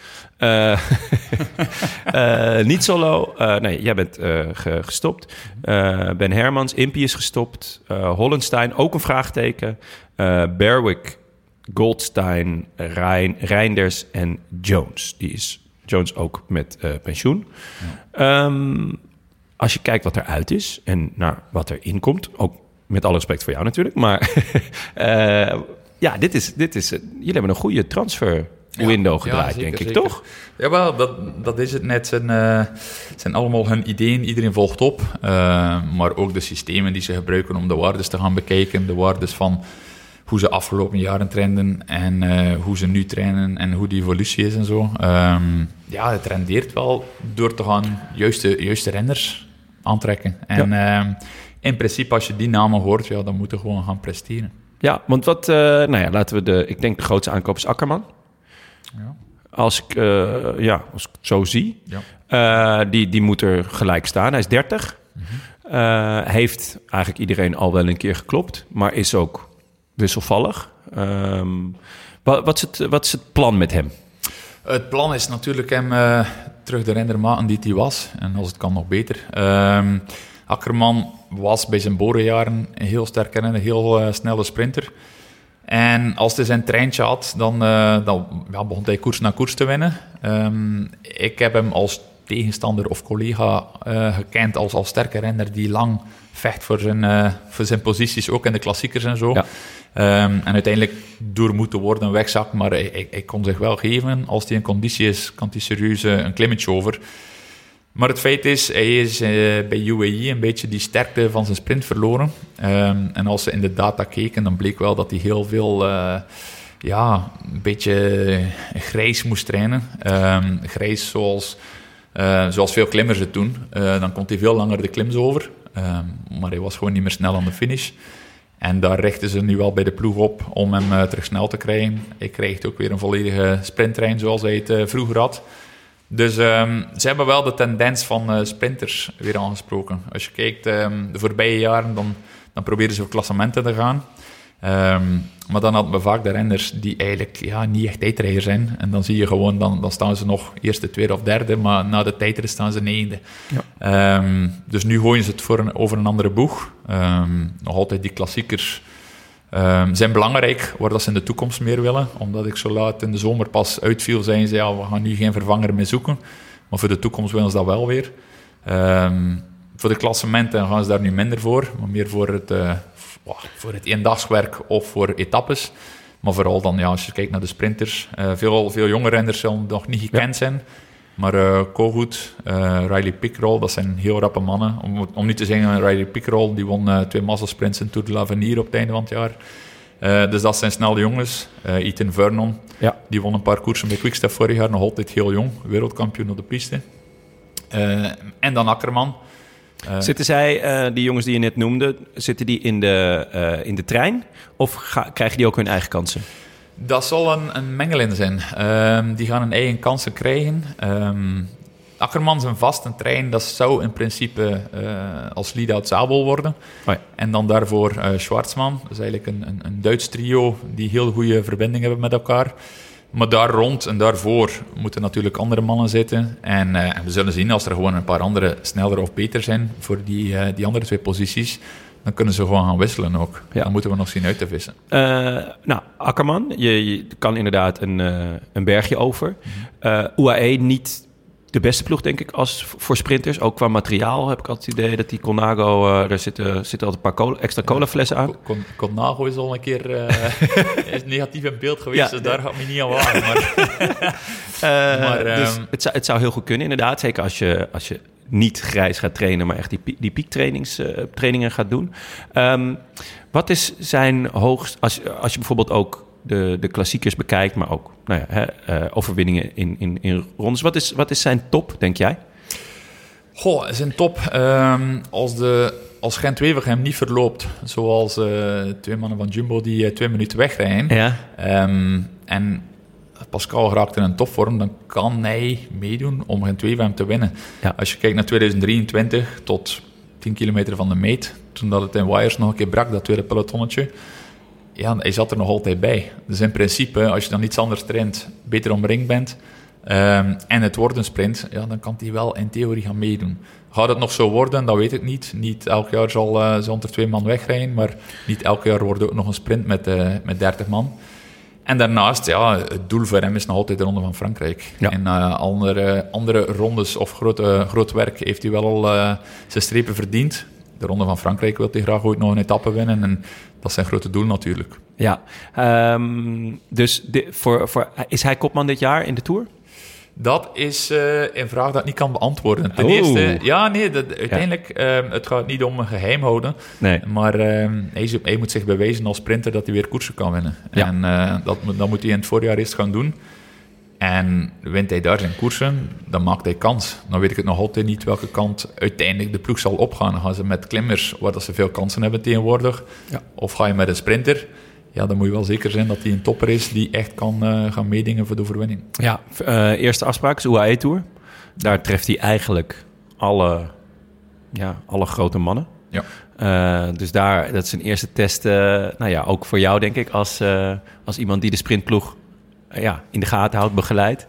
S5: Niet solo. Nee, jij bent gestopt. Ben Hermans, Impie is gestopt. Hollenstein, ook een vraagteken. Berwick, Goldstein, Reinders en Jones. Die is Jones ook met pensioen. Ja. Als je kijkt wat eruit is en naar wat erin komt, ook met alle respect voor jou natuurlijk, maar dit is jullie hebben een goede transfer window gedraaid, zeker, denk ik, zeker. Toch?
S4: Jawel, dat is het net. Het zijn allemaal hun ideeën, iedereen volgt op, maar ook de systemen die ze gebruiken om de waardes te gaan bekijken, de waardes van hoe ze afgelopen jaren trainden en hoe ze nu trainen en hoe die evolutie is en zo. Het rendeert wel door te gaan juiste renners aantrekken. En in principe, als je die namen hoort, dan moet je gewoon gaan presteren.
S5: Ja, want laten we ik denk de grootste aankoop is Akkerman. Ja. Als ik het zo zie. Ja. Die moet er gelijk staan. Hij is 30. Mm-hmm. Heeft eigenlijk iedereen al wel een keer geklopt, maar is ook wisselvallig. Wat is het plan met hem?
S4: Het plan is natuurlijk hem terug de renner maken die hij was. En als het kan, nog beter. Akkerman was bij zijn borenjaren een heel sterke renner, een heel snelle sprinter. En als hij zijn treintje had, dan begon hij koers na koers te winnen. Ik heb hem als tegenstander of collega gekend als sterke renner die lang vecht voor zijn posities, ook in de klassiekers en zo. Ja. En uiteindelijk door moeten worden wegzakt, maar hij kon zich wel geven. Als hij in conditie is, kan hij serieus een klimmetje over. Maar het feit is, hij is bij UAE een beetje die sterkte van zijn sprint verloren. En als ze in de data keken, dan bleek wel dat hij heel veel... een beetje grijs moest trainen. Grijs zoals veel klimmers het doen. Dan komt hij veel langer de klims over. Maar hij was gewoon niet meer snel aan de finish. En daar richten ze nu wel bij de ploeg op om hem terug snel te krijgen. Hij krijgt ook weer een volledige sprinttrein zoals hij het vroeger had. Dus ze hebben wel de tendens van sprinters weer aangesproken. Als je kijkt de voorbije jaren, dan proberen ze voor klassementen te gaan. Maar dan hadden we vaak de renners die eigenlijk niet echt tijdrijder zijn. En dan zie je gewoon, dan staan ze nog eerste, tweede of derde, maar na de tijdrit staan ze negende. Ja. Dus nu gooien ze het over een andere boeg. Nog altijd die klassiekers zijn belangrijk, waar dat ze in de toekomst meer willen. Omdat ik zo laat in de zomer pas uitviel, zeiden ze, we gaan nu geen vervanger meer zoeken. Maar voor de toekomst willen ze dat wel weer. Voor de klassementen gaan ze daar nu minder voor, maar meer voor het eendagswerk of voor etappes. Maar vooral dan, als je kijkt naar de sprinters, veel jonge renners zullen nog niet gekend zijn. Maar Kogut, Riley Pickrell, dat zijn heel rappe mannen. Om niet te zeggen, Riley Pickrell, die won 2 mazzelsprints in Tour de l'Avenir op het einde van het jaar. Dus dat zijn snelle jongens. Ethan Vernon, die won een paar koersen bij Quickstep vorig jaar, nog altijd heel jong, wereldkampioen op de piste. En dan Akkerman.
S5: Zitten zij, die jongens die je net noemde, zitten die in de trein? Of krijgen die ook hun eigen kansen?
S4: Dat zal een mengeling zijn. Die gaan hun eigen kansen krijgen. Akkerman zijn vast een trein, dat zou in principe als lead-out Zabel worden. Oh ja. En dan daarvoor Schwarzman. Dat is eigenlijk een Duits trio die heel goede verbinding hebben met elkaar. Maar daar rond en daarvoor moeten natuurlijk andere mannen zitten. En we zullen zien, als er gewoon een paar andere sneller of beter zijn voor die andere 2 posities, dan kunnen ze gewoon gaan wisselen ook. Ja. Dan moeten we nog zien uit te vissen.
S5: Akkerman, je kan inderdaad een bergje over. UAE niet de beste ploeg, denk ik, als voor sprinters. Ook qua materiaal heb ik altijd het idee dat die Colnago... daar zitten altijd een paar extra colaflessen aan.
S4: Colnago is al een keer is negatief in beeld geweest, dus daar gaat me niet aan wagen. Maar
S5: dus het zou heel goed kunnen, inderdaad. Zeker als je niet grijs gaat trainen, maar echt die piektrainingen gaat doen. Wat is zijn hoogst... Als je bijvoorbeeld ook de klassiekers bekijkt, maar ook overwinningen in rondes. Wat is zijn top, denk jij?
S4: Zijn top. Als Gent-Wevelgem niet verloopt, zoals 2 mannen van Jumbo die 2 minuten wegrijden, en Pascal raakt in een topvorm, dan kan hij meedoen om Gent-Wevelgem te winnen. Ja. Als je kijkt naar 2023 tot 10 kilometer van de meet, toen dat het in Wires nog een keer brak, dat tweede pelotonnetje, hij zat er nog altijd bij. Dus in principe, als je dan iets anders traint, beter omringd bent, en het wordt een sprint, dan kan hij wel in theorie gaan meedoen. Gaat het nog zo worden? Dat weet ik niet. Niet elk jaar zal er 2 man wegrijden, maar niet elk jaar wordt ook nog een sprint met 30 man. En daarnaast, het doel voor hem is nog altijd de Ronde van Frankrijk. Ja. En andere rondes of groot werk heeft hij wel al zijn strepen verdiend. De Ronde van Frankrijk wil hij graag ooit nog een etappe winnen. En dat is zijn grote doel natuurlijk. Ja,
S5: dus is hij kopman dit jaar in de Tour?
S4: Dat is een vraag dat ik niet kan beantwoorden. Ten eerste, uiteindelijk, het gaat niet om een geheim houden. Nee. Maar hij moet zich bewijzen als sprinter dat hij weer koersen kan winnen. Ja. En dat moet hij in het voorjaar eerst gaan doen. En wint hij daar zijn koersen, dan maakt hij kans. Dan weet ik het nog altijd niet welke kant uiteindelijk de ploeg zal opgaan. Gaan ze met klimmers, waar dat ze veel kansen hebben tegenwoordig? Ja. Of ga je met een sprinter? Ja, dan moet je wel zeker zijn dat hij een topper is die echt kan gaan meedingen voor de overwinning.
S5: Ja, eerste afspraak is UAE Tour. Daar treft hij eigenlijk alle grote mannen. Ja. Dus dat is een eerste test, ook voor jou denk ik, als iemand die de sprintploeg in de gaten houdt, begeleidt.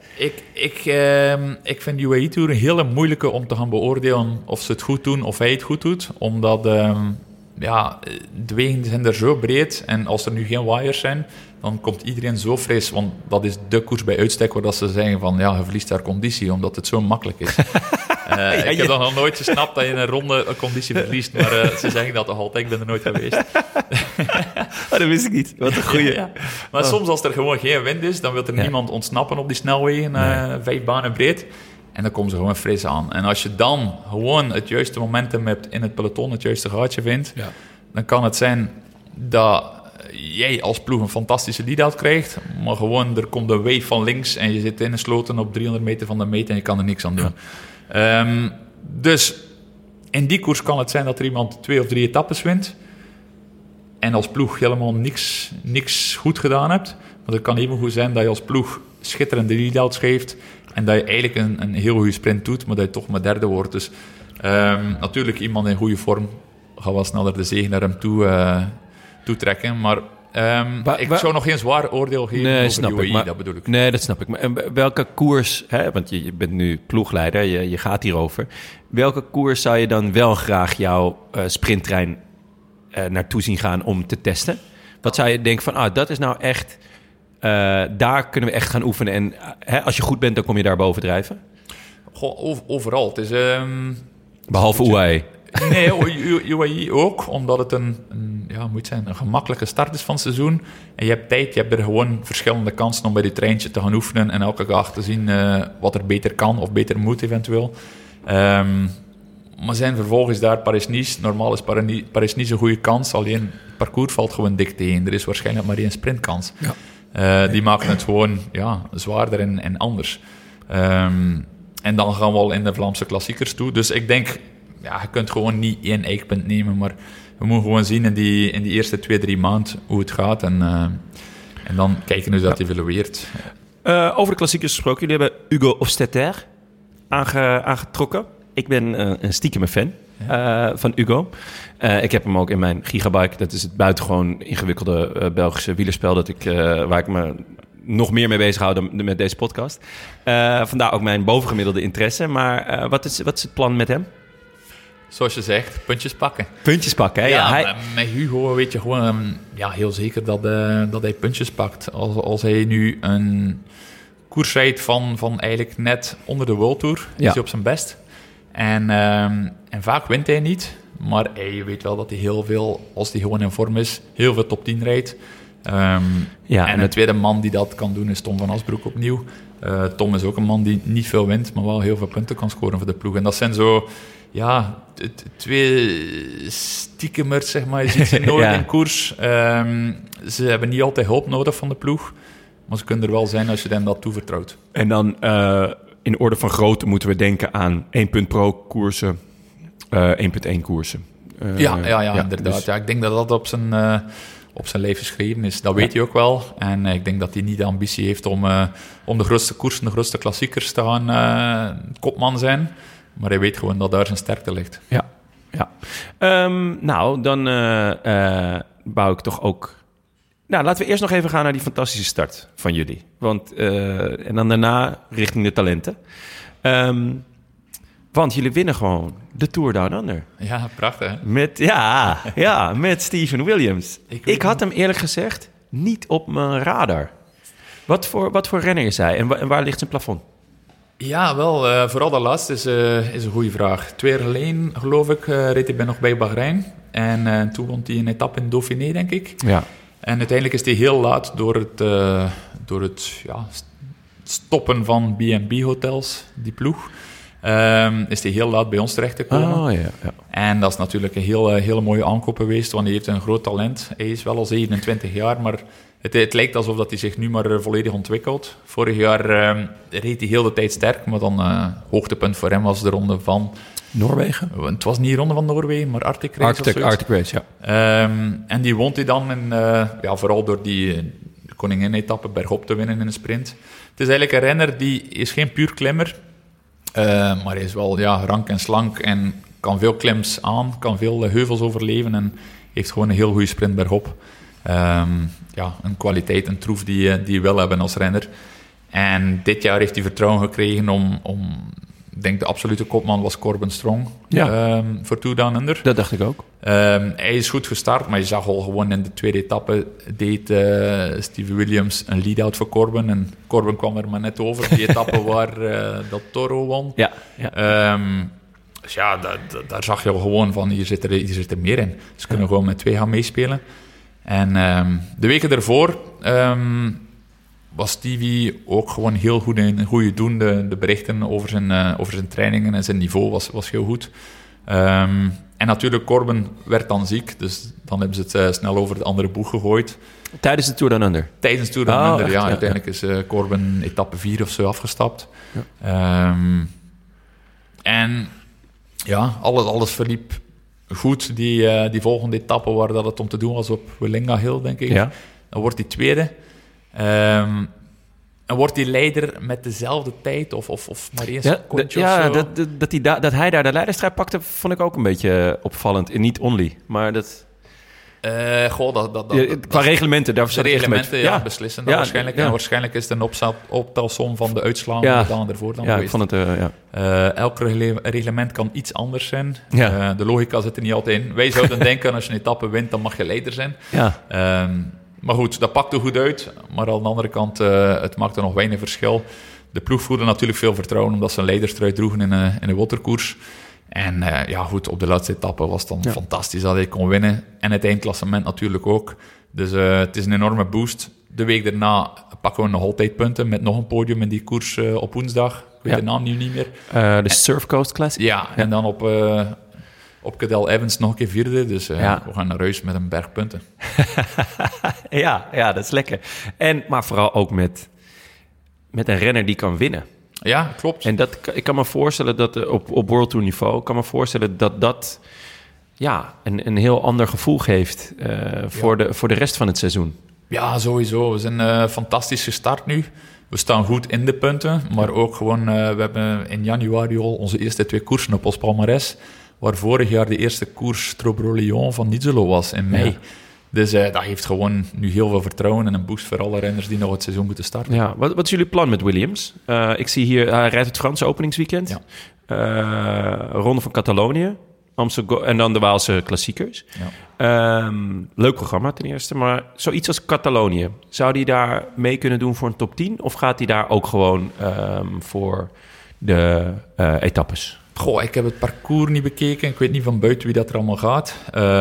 S4: Ik vind de UAE Tour een hele moeilijke om te gaan beoordelen of ze het goed doen of hij het goed doet. Omdat de wegen zijn er zo breed en als er nu geen wires zijn, dan komt iedereen zo fris. Want dat is de koers bij uitstek waar dat ze zeggen van je verliest daar conditie, omdat het zo makkelijk is. Ik heb nog nooit gesnapt dat je in een ronde een conditie verliest, maar ze zeggen dat toch altijd. Ik ben er nooit geweest.
S5: Dat wist ik niet. Wat een goeie. Ja.
S4: Maar soms als er gewoon geen wind is, dan wil er niemand ontsnappen op die snelwegen, 5 banen breed. En dan komen ze gewoon fris aan. En als je dan gewoon het juiste momentum hebt in het peloton, het juiste gaatje vindt, dan kan het zijn dat jij als ploeg een fantastische lead-out krijgt, maar gewoon er komt een wave van links en je zit ingesloten op 300 meter van de meet en je kan er niks aan doen. Dus in die koers kan het zijn dat er iemand 2 of 3 etappes wint en als ploeg helemaal niks goed gedaan hebt. Maar het kan even goed zijn dat je als ploeg schitterende lead-outs geeft en dat je eigenlijk een heel goede sprint doet, maar dat je toch maar derde wordt. Dus natuurlijk, iemand in goede vorm gaat wel sneller de zege naar hem toetrekken. Maar ik zou nog geen zwaar oordeel geven over de UAE, dat bedoel ik.
S5: Nee, dat snap ik. Maar welke koers, want je bent nu ploegleider, je gaat hierover. Welke koers zou je dan wel graag jouw sprinttrein naartoe zien gaan om te testen? Wat zou je denken van, dat is nou echt, daar kunnen we echt gaan oefenen. En als je goed bent, dan kom je daar bovendrijven?
S4: Goh, overal. Het is,
S5: behalve UAE.
S4: Nee, UAE ook, omdat het een gemakkelijke start is van het seizoen. En je hebt tijd, je hebt er gewoon verschillende kansen om bij die treintje te gaan oefenen en elke dag te zien wat er beter kan of beter moet eventueel. Maar zijn vervolgens daar Parijs-Nice. Normaal is Parijs-Nice een goede kans, alleen het parcours valt gewoon dik tegen. Er is waarschijnlijk maar 1 sprintkans. Ja. Die maken het gewoon zwaarder en anders. En dan gaan we al in de Vlaamse klassiekers toe. Dus ik denk, je kunt gewoon niet 1 eikpunt nemen, maar we moeten gewoon zien in die eerste 2-3 maanden hoe het gaat. En dan kijken hoe dat evolueert.
S5: Over de klassiekers gesproken. Jullie hebben Hugo Hofstetter aangetrokken. Ik ben een stiekeme fan van Hugo. Ik heb hem ook in mijn Gigabike. Dat is het buitengewoon ingewikkelde Belgische wielerspel waar ik me nog meer mee bezighoud dan met deze podcast. Vandaar ook mijn bovengemiddelde interesse. Maar wat is het plan met hem?
S4: Zoals je zegt, puntjes pakken.
S5: Puntjes pakken, hè?
S4: Ja, met Hugo weet je gewoon heel zeker dat hij puntjes pakt. Als hij nu een koers rijdt van eigenlijk net onder de World Tour, is hij op zijn best. En vaak wint hij niet, maar je weet wel dat hij heel veel, als hij gewoon in vorm is, heel veel top 10 rijdt. En de tweede man die dat kan doen is Tom van Asbroek opnieuw. Tom is ook een man die niet veel wint, maar wel heel veel punten kan scoren voor de ploeg. En dat zijn zo, 2 stiekemers, zeg maar. Je ziet ze nooit in koers. Ze hebben niet altijd hulp nodig van de ploeg, maar ze kunnen er wel zijn als je hen dat toevertrouwt. En
S5: dan in orde van grootte moeten we denken aan 1 Pro koersen, 1.1 koersen.
S4: Inderdaad. Dus ik denk dat dat op zijn lijf geschreven is. Dat weet hij ook wel. En ik denk dat hij niet de ambitie heeft om de grootste koersen, de grootste klassiekers te gaan kopman zijn. Maar hij weet gewoon dat daar zijn sterkte ligt.
S5: Ja. Dan bouw ik toch ook... Nou, laten we eerst nog even gaan naar die fantastische start van jullie. Want, en dan daarna richting de talenten. Want jullie winnen gewoon de Tour Down Under.
S4: Ja, prachtig hè?
S5: Met Steven Williams. Ik had hem eerlijk gezegd niet op mijn radar. Wat voor renner is hij en waar ligt zijn plafond?
S4: Ja, wel, vooral dat laatste is een goede vraag. 2 jaar geleden, geloof ik, reed hij nog bij Bahrein. En toen won hij een etappe in Dauphiné, denk ik. Ja. En uiteindelijk is hij heel laat door het stoppen van B&B-hotels, die ploeg, is hij heel laat bij ons terechtgekomen. Ja. En dat is natuurlijk een hele mooie aankoop geweest, want hij heeft een groot talent. Hij is wel al 27 jaar, maar het lijkt alsof dat hij zich nu maar volledig ontwikkelt. Vorig jaar reed hij heel de tijd sterk, maar dan hoogtepunt voor hem was de ronde van...
S5: Noorwegen?
S4: Het was niet de ronde van Noorwegen, maar Arctic Race.
S5: Arctic Race, ja.
S4: En die won hij dan, vooral door die koningin-etappe bergop te winnen in een sprint. Het is eigenlijk een renner die is geen puur klimmer, maar hij is wel rank en slank en kan veel klims aan, kan veel heuvels overleven en heeft gewoon een heel goede sprint bergop. Een kwaliteit, een troef die je wil hebben als renner. En dit jaar heeft hij vertrouwen gekregen om ik denk de absolute kopman was Corbin Strong voor Tour Down Under.
S5: Dat dacht ik ook.
S4: Hij is goed gestart, maar je zag al gewoon in de tweede etappe deed Steven Williams een lead-out voor Corbin. En Corbin kwam er maar net over, die etappe waar dat Toro won. Ja. Dus daar zag je al gewoon van, hier zit er meer in. Ze kunnen gewoon met 2 gaan meespelen. En de weken daarvoor was Stevie ook gewoon heel goed in een goede doen. De berichten over zijn trainingen en zijn niveau was heel goed. En natuurlijk, Corbin werd dan ziek. Dus dan hebben ze het snel over de andere boeg gegooid.
S5: Tijdens de Tour Down Under?
S4: Tijdens de Tour Down Under,
S5: echt,
S4: ja. Uiteindelijk is Corbin etappe 4 of zo afgestapt. Ja. En ja, alles verliep goed. Die volgende etappe waar dat het om te doen was op Willinga Hill, denk ik. Ja. Dan wordt hij tweede. En wordt hij leider met dezelfde tijd of maar eens secondje of zo?
S5: Dat hij daar de leiderstrijd pakte, vond ik ook een beetje opvallend. Niet only, maar dat... qua reglementen, daar zat
S4: reglementen, beslissen dat waarschijnlijk. Ja. En waarschijnlijk is het een optelsom van de uitslagen van de dagen ervoor dan geweest.
S5: Ik vond het...
S4: Elk reglement kan iets anders zijn. Ja. De logica zit er niet altijd in. Wij zouden denken, als je een etappe wint, dan mag je leider zijn. Ja. Maar goed, dat pakte goed uit. Maar aan de andere kant, het maakte nog weinig verschil. De ploeg voelde natuurlijk veel vertrouwen, omdat ze een leiderstrui droegen in de waterkoers. En goed, op de laatste etappe was het dan fantastisch dat hij kon winnen. En het eindklassement natuurlijk ook. Dus het is een enorme boost. De week daarna pakken we nog altijd punten met nog een podium in die koers op woensdag. Ik weet de naam nu niet meer.
S5: De Surf Coast Classic.
S4: Ja, en dan op Cadel Evans nog een keer vierde. Dus we gaan naar huis met een berg punten.
S5: ja, dat is lekker. Maar vooral ook met een renner die kan winnen.
S4: Ja, klopt.
S5: En ik kan me voorstellen dat op World Tour niveau... kan me voorstellen dat een heel ander gevoel geeft voor de rest van het seizoen. Ja,
S4: sowieso. We zijn fantastisch gestart nu. We staan goed in de punten, maar ook gewoon... we hebben in januari al onze eerste 2 koersen op ons palmares... waar vorig jaar de eerste koers Trobriand van Nizzolo was in mei. Ja. Dus dat heeft gewoon nu heel veel vertrouwen en een boost voor alle renners die nog het seizoen moeten starten.
S5: Ja, wat is jullie plan met Williams? Ik zie hier, hij rijdt het Franse openingsweekend. Ja. Ronde van Catalonië. En dan de Waalse klassiekers. Ja. Leuk programma ten eerste, maar zoiets als Catalonië. Zou hij daar mee kunnen doen voor een top 10? Of gaat hij daar ook gewoon voor de etappes?
S4: Goh, ik heb het parcours niet bekeken. Ik weet niet van buiten wie dat er allemaal gaat.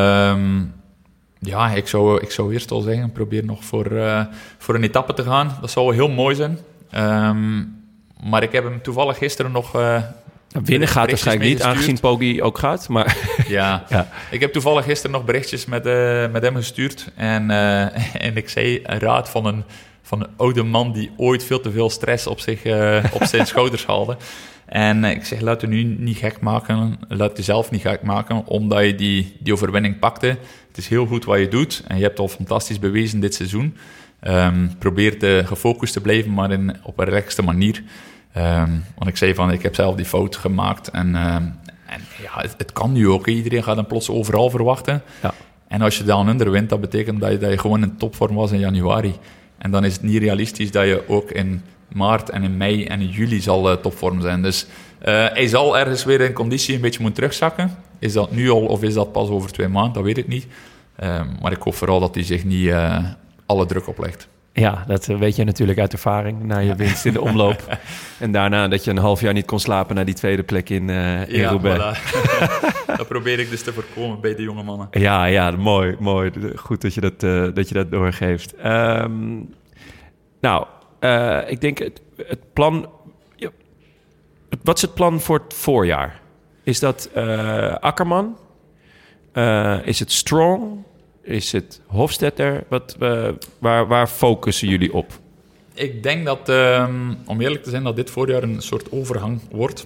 S4: Ik zou eerst al zeggen, probeer nog voor een etappe te gaan. Dat zou wel heel mooi zijn. Maar ik heb hem toevallig gisteren nog...
S5: winnen gaat waarschijnlijk niet, aangezien Poggi ook gaat. Maar
S4: ja. Ik heb toevallig gisteren nog berichtjes met hem gestuurd. En ik zei een raad van een oude man die ooit veel te veel stress op zijn schouders haalde. En ik zeg, laat je nu niet gek maken. Laat jezelf niet gek maken, omdat je die overwinning pakte. Het is heel goed wat je doet. En je hebt al fantastisch bewezen dit seizoen. Probeer gefocust te blijven, maar op een relaxte manier. Want ik zei ik heb zelf die fout gemaakt. En het kan nu ook. Iedereen gaat hem plots overal verwachten. Ja. En als je dan onder wint, dat betekent dat je gewoon in topvorm was in januari. En dan is het niet realistisch dat je ook in maart en in mei en in juli zal topvorm zijn. Dus hij zal ergens weer in conditie een beetje moeten terugzakken. Is dat nu al of is dat pas over 2 maanden? Dat weet ik niet. Maar ik hoop vooral dat hij zich niet alle druk oplegt.
S5: Ja, dat weet je natuurlijk uit ervaring na je winst in de omloop. En daarna dat je een half jaar niet kon slapen naar die tweede plek in Roubaix.
S4: Voilà. Dat probeer ik dus te voorkomen bij de jonge mannen.
S5: Ja, mooi. Goed dat je dat doorgeeft. Ik denk het plan... Wat is het plan voor het voorjaar? Is dat Akkerman? Is het Strong? Is het Hofstetter? Waar focussen jullie op?
S4: Ik denk dat, om eerlijk te zijn, dat dit voorjaar een soort overgang wordt.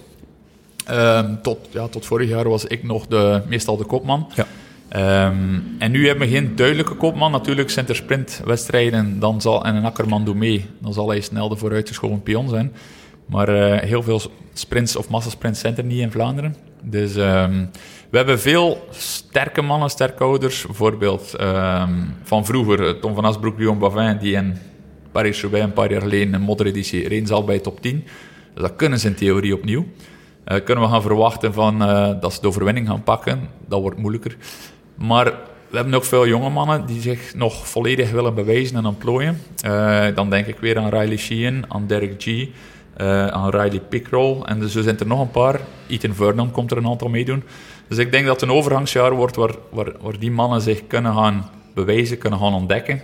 S4: Tot vorig jaar was ik nog meestal de kopman. Ja. En nu hebben we geen duidelijke kopman. Natuurlijk zijn er sprintwedstrijden en een Akkerman doet mee. Dan zal hij snel de vooruitgeschoven pion zijn. Maar heel veel sprints of massasprints zijn er niet in Vlaanderen. Dus we hebben veel sterke mannen, sterke ouders. Bijvoorbeeld van vroeger, Tom van Asbroek, Guillaume Bavin, die in Paris-Roubaix een paar jaar geleden een moddereditie reed al bij top 10. Dus dat kunnen ze in theorie opnieuw. Kunnen we gaan verwachten dat ze de overwinning gaan pakken. Dat wordt moeilijker. Maar we hebben ook veel jonge mannen die zich nog volledig willen bewijzen en ontplooien. Dan denk ik weer aan Riley Sheehan, aan Derek G., aan Riley Pickrell. En dus er zijn er nog een paar. Ethan Vernon komt er een aantal meedoen. Dus ik denk dat het een overgangsjaar wordt waar die mannen zich kunnen gaan bewijzen, kunnen gaan ontdekken.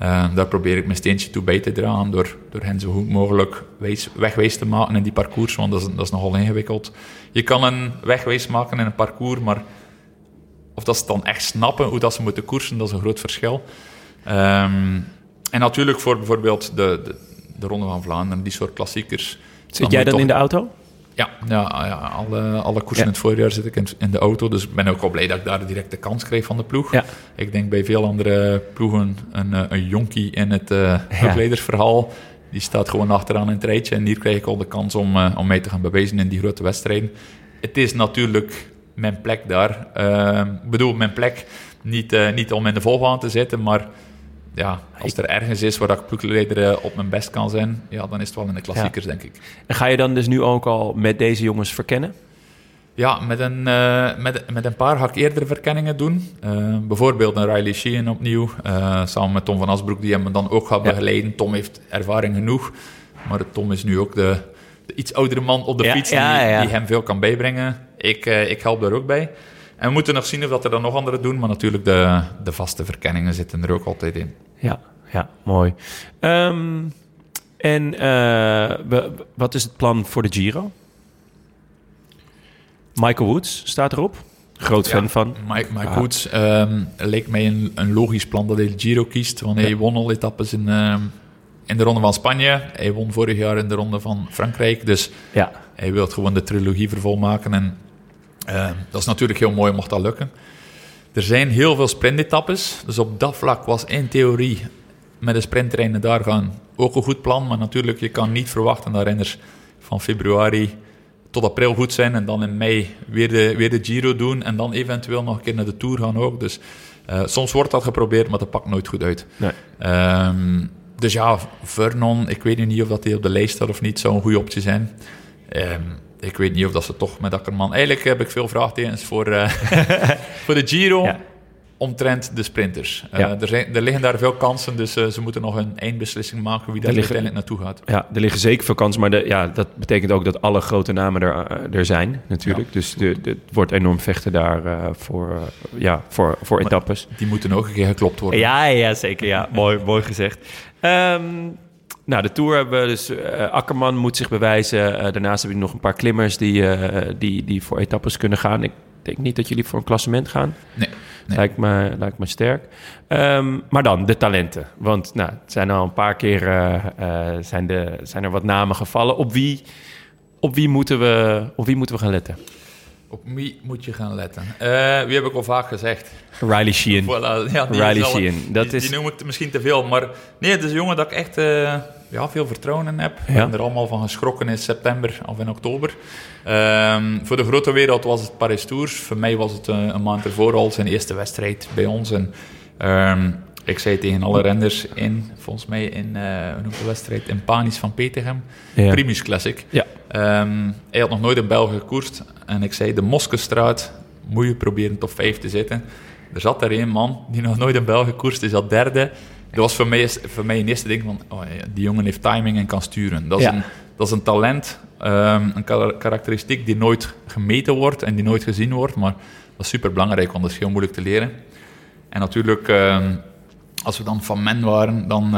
S4: Daar probeer ik mijn steentje toe bij te dragen door hen zo goed mogelijk wegwijs te maken in die parcours, want dat is nogal ingewikkeld. Je kan een wegwijs maken in een parcours, maar of dat ze dan echt snappen hoe dat ze moeten koersen, dat is een groot verschil. En natuurlijk voor bijvoorbeeld de Ronde van Vlaanderen, die soort klassiekers.
S5: Zit jij dan in de auto?
S4: Ja, alle koersen in het voorjaar zit ik in de auto, dus ik ben ook wel blij dat ik daar direct de kans kreeg van de ploeg. Ja. Ik denk bij veel andere ploegen een jonkie in het begeleiders-verhaal, die staat gewoon achteraan in het rijtje en hier krijg ik al de kans om mij te gaan bewijzen in die grote wedstrijden. Het is natuurlijk mijn plek daar. Ik bedoel, mijn plek niet om in de volbaan te zitten, maar ja, als er ergens is waar ik ploegleider op mijn best kan zijn, ja, dan is het wel in de klassiekers, denk ik.
S5: En ga je dan dus nu ook al met deze jongens verkennen?
S4: Ja, met een paar ga ik eerder verkenningen doen. Bijvoorbeeld een Riley Sheehan opnieuw, samen met Tom van Asbroek, die hem dan ook gaat begeleiden. Tom heeft ervaring genoeg, maar Tom is nu ook de iets oudere man op de fiets die hem veel kan bijbrengen. Ik help daar ook bij. En we moeten nog zien of dat er dan nog anderen doen, maar natuurlijk de vaste verkenningen zitten er ook altijd in.
S5: Ja, mooi. Wat is het plan voor de Giro? Michael Woods staat erop. Groot fan van.
S4: Mike Woods leek mij een logisch plan dat hij de Giro kiest, want hij won al etappes in de Ronde van Spanje. Hij won vorig jaar in de Ronde van Frankrijk, dus hij wil gewoon de trilogie vervolmaken en dat is natuurlijk heel mooi mocht dat lukken. Er zijn heel veel sprintetappes, dus op dat vlak was in theorie met de sprinttreinen daar gaan ook een goed plan, maar natuurlijk, je kan niet verwachten dat renners van februari tot april goed zijn en dan in mei weer de Giro doen en dan eventueel nog een keer naar de Tour gaan ook. Dus soms wordt dat geprobeerd, maar dat pakt nooit goed uit. Nee. Dus ja, Vernon, ik weet nu niet of dat hij op de lijst staat of niet, zou een goede optie zijn. Ik weet niet of dat ze toch met Akkerman... Eigenlijk heb ik veel vraagtekens voor de Giro omtrent de sprinters. Er liggen daar veel kansen, dus ze moeten nog een eindbeslissing maken wie daar uiteindelijk naartoe gaat. Ja,
S5: er liggen zeker veel kansen, maar dat betekent ook dat alle grote namen er zijn, natuurlijk. Ja. Dus het wordt enorm vechten daar voor etappes.
S4: Die moeten ook een keer geklopt worden.
S5: Ja, zeker. Ja. mooi gezegd. Nou, de Tour hebben we dus... Akkerman moet zich bewijzen. Daarnaast heb je nog een paar klimmers die voor etappes kunnen gaan. Ik denk niet dat jullie voor een klassement gaan. Nee. Lijkt me sterk. Maar dan, de talenten. Want het zijn al een paar keer... zijn er wat namen gevallen. Op wie moeten we gaan letten?
S4: Op wie moet je gaan letten? Wie heb ik al vaak gezegd?
S5: Riley Sheehan.
S4: Voilà, die noem ik misschien te veel. Maar nee, het is een jongen dat ik echt veel vertrouwen in heb. Ik ben er allemaal van geschrokken in september of in oktober. Voor de grote wereld was het Paris-Tours. Voor mij was het een maand ervoor al zijn eerste wedstrijd bij ons. En ik zei tegen alle renners volgens mij in de wedstrijd in Panis van Petegem. Primus Classic. Ja. Hij had nog nooit in België gekoerst. En ik zei, de Moskestraat moet je proberen top 5 te zitten. Er zat er een man die nog nooit in België koerst, die zat derde. Dat was voor mij een eerste ding van, die jongen heeft timing en kan sturen. Dat is een talent, een karakteristiek die nooit gemeten wordt en die nooit gezien wordt. Maar dat is super belangrijk, want dat is heel moeilijk te leren. En natuurlijk, als we dan van men waren, dan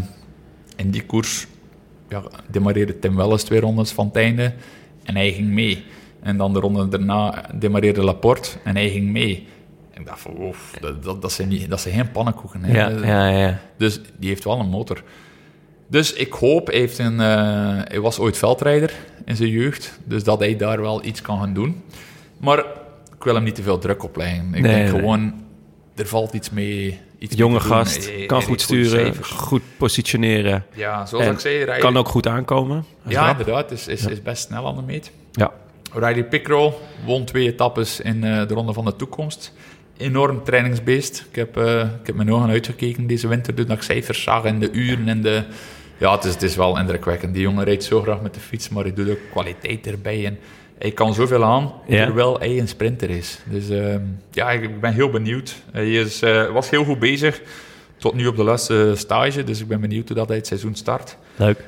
S4: in die koers demareerde Tim Welles 2 rondes van het einde en hij ging mee. En dan de ronde daarna demareerde Laporte en hij ging mee. En ik dacht van, dat zijn geen pannenkoeken. Ja. Dus die heeft wel een motor. Dus ik hoop, hij was ooit veldrijder in zijn jeugd, dus dat hij daar wel iets kan gaan doen. Maar ik wil hem niet te veel druk opleggen. Ik denk gewoon, er valt iets mee.
S5: Jonge gast, kan goed sturen, goed positioneren.
S4: Ja, zoals ik zei...
S5: Kan ook goed aankomen.
S4: Ja, inderdaad. Is best snel aan de meet. Ja. Riley Pickrell won 2 etappes in de Ronde van de Toekomst. Enorm trainingsbeest. Ik heb mijn ogen uitgekeken deze winter, toen ik cijfers zag en de uren en de... Ja, het is wel indrukwekkend. Die jongen rijdt zo graag met de fiets, maar hij doet ook kwaliteit erbij. En hij kan zoveel aan, terwijl hij een sprinter is. Dus ik ben heel benieuwd. Hij was heel goed bezig, tot nu op de laatste stage. Dus ik ben benieuwd hoe dat hij het seizoen start.
S5: Leuk.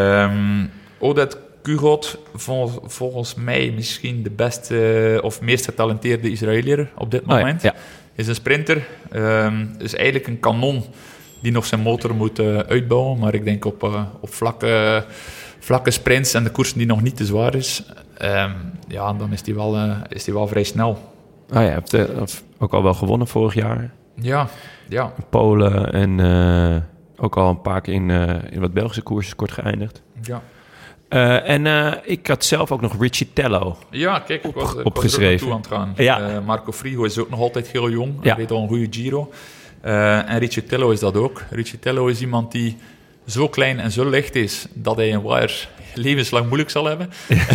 S4: Oded Kugot, volgens mij misschien de beste of meest getalenteerde Israëliër op dit moment. Is een sprinter. Is eigenlijk een kanon die nog zijn motor moet uitbouwen. Maar ik denk op vlakke sprints en de koersen die nog niet te zwaar is, dan is die wel vrij snel.
S5: Je hebt ook al wel gewonnen vorig jaar.
S4: Ja.
S5: In Polen en ook al een paar keer in wat Belgische koersjes kort geëindigd.
S4: Ja.
S5: Ik had zelf ook nog Ricciello.
S4: Ja, kijk, ik was
S5: opgeschreven.
S4: er ook naartoe aan het gaan.
S5: Ja.
S4: Marco Frigo is ook nog altijd heel jong.
S5: Ja.
S4: Hij reed al een goede Giro. En Ricciello is dat ook. Ricciello is iemand die zo klein en zo licht is dat hij een waaier levenslang moeilijk zal hebben.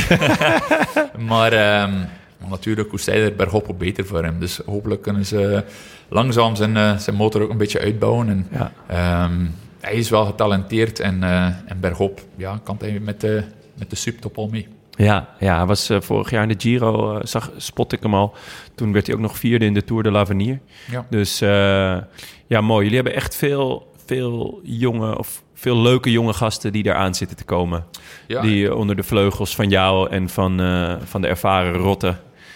S4: Maar natuurlijk, hoe zij er bergop ook beter voor hem. Dus hopelijk kunnen ze langzaam zijn motor ook een beetje uitbouwen. En, hij is wel getalenteerd en bergop kan hij met de subtop al mee.
S5: Ja, hij was vorig jaar in de Giro, spot ik hem al. Toen werd hij ook nog 4e in de Tour de l'Avenir.
S4: Ja.
S5: Dus mooi. Jullie hebben echt veel jonge of veel leuke jonge gasten die eraan zitten te komen. Ja. Die onder de vleugels van jou en van de ervaren Rotte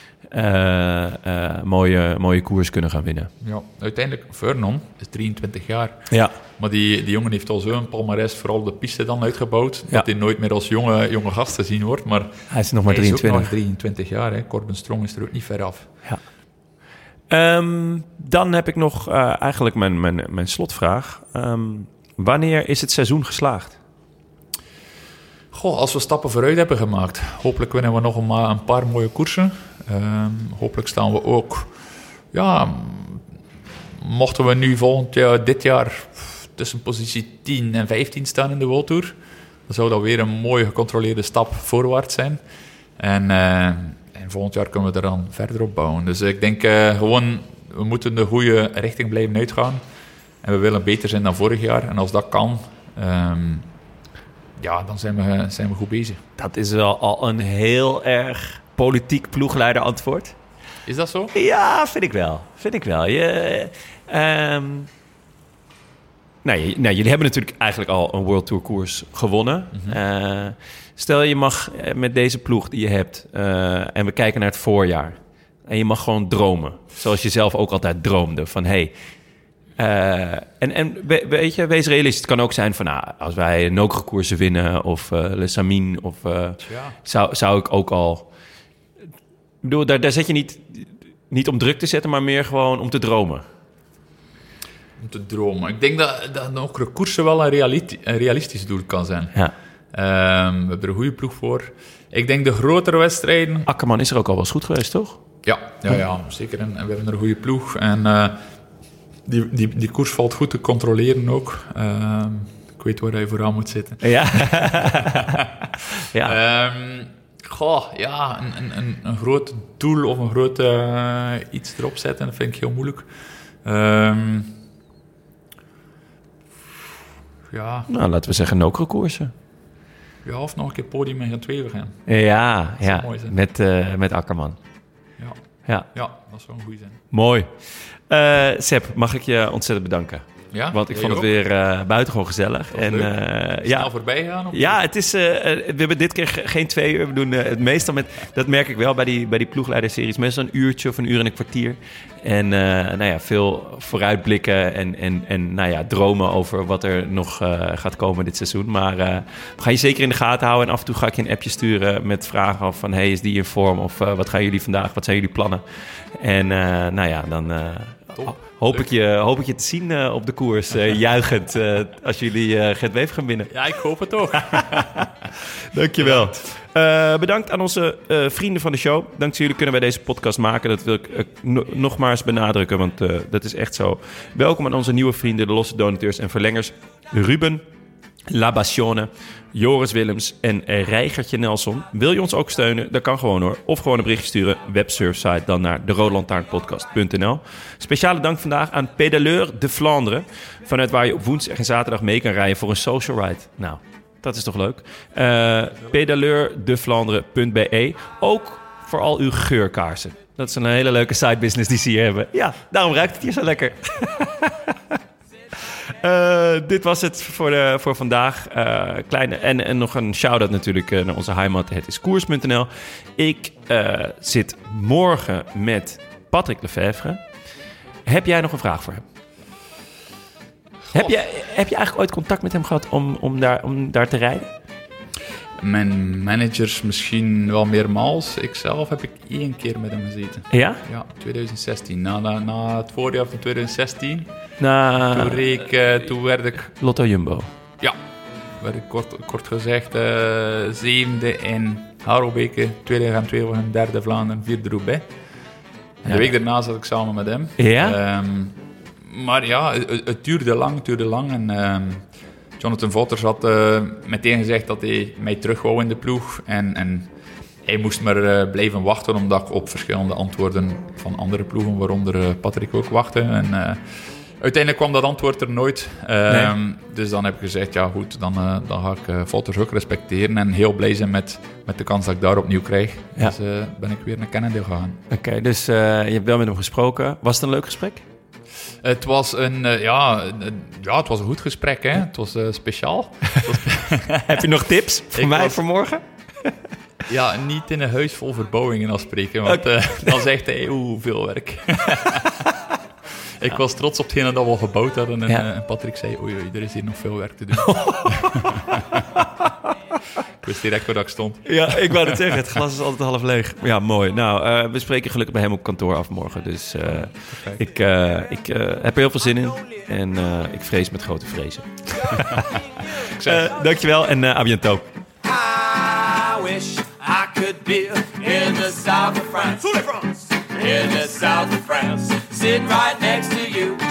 S5: mooie koers kunnen gaan winnen. Ja,
S4: uiteindelijk, Vernon is 23 jaar.
S5: Ja.
S4: Maar die jongen heeft al zo'n palmares, vooral de piste dan uitgebouwd, dat hij nooit meer als jonge gast te zien wordt. Maar
S5: hij is nog maar 23.
S4: Hij is ook nog 23 jaar. Hè. Corbin Strong is er ook niet ver af.
S5: Ja. Dan heb ik nog eigenlijk mijn slotvraag. Wanneer is het seizoen geslaagd?
S4: Als we stappen vooruit hebben gemaakt. Hopelijk winnen we nog een paar mooie koersen. Hopelijk staan we ook... mochten we nu dit jaar tussen positie 10 en 15 staan in de World Tour, dan zou dat weer een mooie gecontroleerde stap voorwaarts zijn. En volgend jaar kunnen we er dan verder op bouwen. Dus ik denk gewoon, we moeten de goede richting blijven uitgaan. En we willen beter zijn dan vorig jaar. En als dat kan, dan zijn we goed bezig.
S5: Dat is wel al een heel erg politiek ploegleider antwoord.
S4: Is dat zo?
S5: Ja, vind ik wel. Jullie hebben natuurlijk eigenlijk al een World Tour koers gewonnen. Mm-hmm. Stel je mag met deze ploeg die je hebt, en we kijken naar het voorjaar, en je mag gewoon dromen, zoals je zelf ook altijd droomde, van weet je, wees realistisch. Het kan ook zijn van, als wij Nogre-koersen winnen of Le Samin, of zou ik ook al... Ik bedoel, daar zet je niet om druk te zetten, maar meer gewoon om te dromen.
S4: Om te dromen. Ik denk dat Nogre-koersen wel een realistisch doel kan zijn. Ja. We hebben er een goede ploeg voor. Ik denk de grotere wedstrijden...
S5: Akkerman is er ook al wel eens goed geweest, toch?
S4: Ja, zeker. En we hebben er een goede ploeg. En die koers valt goed te controleren ook. Ik weet waar hij vooraan moet zitten.
S5: Ja.
S4: Een groot doel of een groot iets erop zetten, dat vind ik heel moeilijk.
S5: Laten we zeggen Nogre-koersen.
S4: Ja, of nog een keer podium en gaan tweeën gaan.
S5: Ja, mooi zijn. Met Akkerman.
S4: Ja, dat zou een goeie zijn.
S5: Mooi. Sepp, mag ik je ontzettend bedanken.
S4: Ja,
S5: want ik vond het weer buitengewoon gezellig.
S4: Snel voorbij gaan?
S5: Het is, we hebben dit keer geen 2 uur. We doen het meestal dat merk ik wel bij die ploegleiderseries, meestal een uurtje of een uur en een kwartier. En veel vooruitblikken en dromen over wat er nog gaat komen dit seizoen. Maar we gaan je zeker in de gaten houden. En af en toe ga ik je een appje sturen met vragen of van, is die in vorm? Of wat gaan jullie vandaag? Wat zijn jullie plannen? En dan... Hoop ik je te zien op de koers, juichend, als jullie Gent-Wevelgem gaan winnen.
S4: Ja, ik hoop het ook.
S5: Dankjewel. Bedankt aan onze vrienden van de show. Dankzij jullie kunnen wij deze podcast maken. Dat wil ik nogmaals benadrukken, want dat is echt zo. Welkom aan onze nieuwe vrienden, de losse donateurs en verlengers. Ruben, Labassione, Joris Willems en Reigertje Nelson. Wil je ons ook steunen? Dat kan gewoon hoor. Of gewoon een berichtje sturen, websurfsite dan naar deroodlantaarnpodcast.nl. Speciale dank vandaag aan Pedaleur de Vlaanderen, vanuit waar je op woensdag en zaterdag mee kan rijden voor een social ride. Nou, dat is toch leuk? pedaleurdevlaanderen.be. Ook voor al uw geurkaarsen. Dat is een hele leuke side business die ze hier hebben. Ja, daarom ruikt het hier zo lekker. Dit was het voor vandaag. Kleine, en nog een shout-out natuurlijk naar onze heimat. Het is koers.nl. Ik zit morgen met Patrick Lefevre. Heb jij nog een vraag voor hem? Heb je eigenlijk ooit contact met hem gehad om daar te rijden?
S4: Mijn managers misschien wel meermaals. Ikzelf heb ik 1 keer met hem gezeten.
S5: Ja?
S4: Ja, 2016. Na het voorjaar van 2016. Toen werd ik...
S5: Lotto Jumbo.
S4: Ja, werd ik kort gezegd 7e in Harelbeke, 2e Gaan 2 van 3e Vlaanderen, 4e Roubaix. De week daarna zat ik samen met hem.
S5: Ja?
S4: Maar ja, het duurde lang. En Jonathan Vaughters had meteen gezegd dat hij mij terug wou in de ploeg. En hij moest maar blijven wachten, omdat ik op verschillende antwoorden van andere ploegen, waaronder Patrick ook, wachtte. En uiteindelijk kwam dat antwoord er nooit. Dus dan heb ik gezegd, ja goed, dan ga ik Vaughters ook respecteren. En heel blij zijn met de kans dat ik daar opnieuw krijg. Ja. Dus ben ik weer naar Cannondale gegaan.
S5: Oké, dus je hebt wel met hem gesproken. Was het een leuk gesprek?
S4: Het was het was een goed gesprek, hè. Het was speciaal.
S5: Heb je nog tips voor mij voor morgen?
S4: Ja, niet in een huis vol verbouwingen afspreken, want dan zegt hij, veel werk. Ik was trots op hetgene dat we al gebouwd hadden en Patrick zei, oei, er is hier nog veel werk te doen. Ik wist direct waar ik stond.
S5: Ja, ik wou het zeggen, het glas is altijd half leeg. Ja, mooi. Nou, we spreken gelukkig bij hem op kantoor af morgen, dus ik heb er heel veel zin in en ik vrees met grote vrezen. Dankjewel en à bientôt.
S6: I wish I could be in the south of France. In the south of France, sitting right next to you.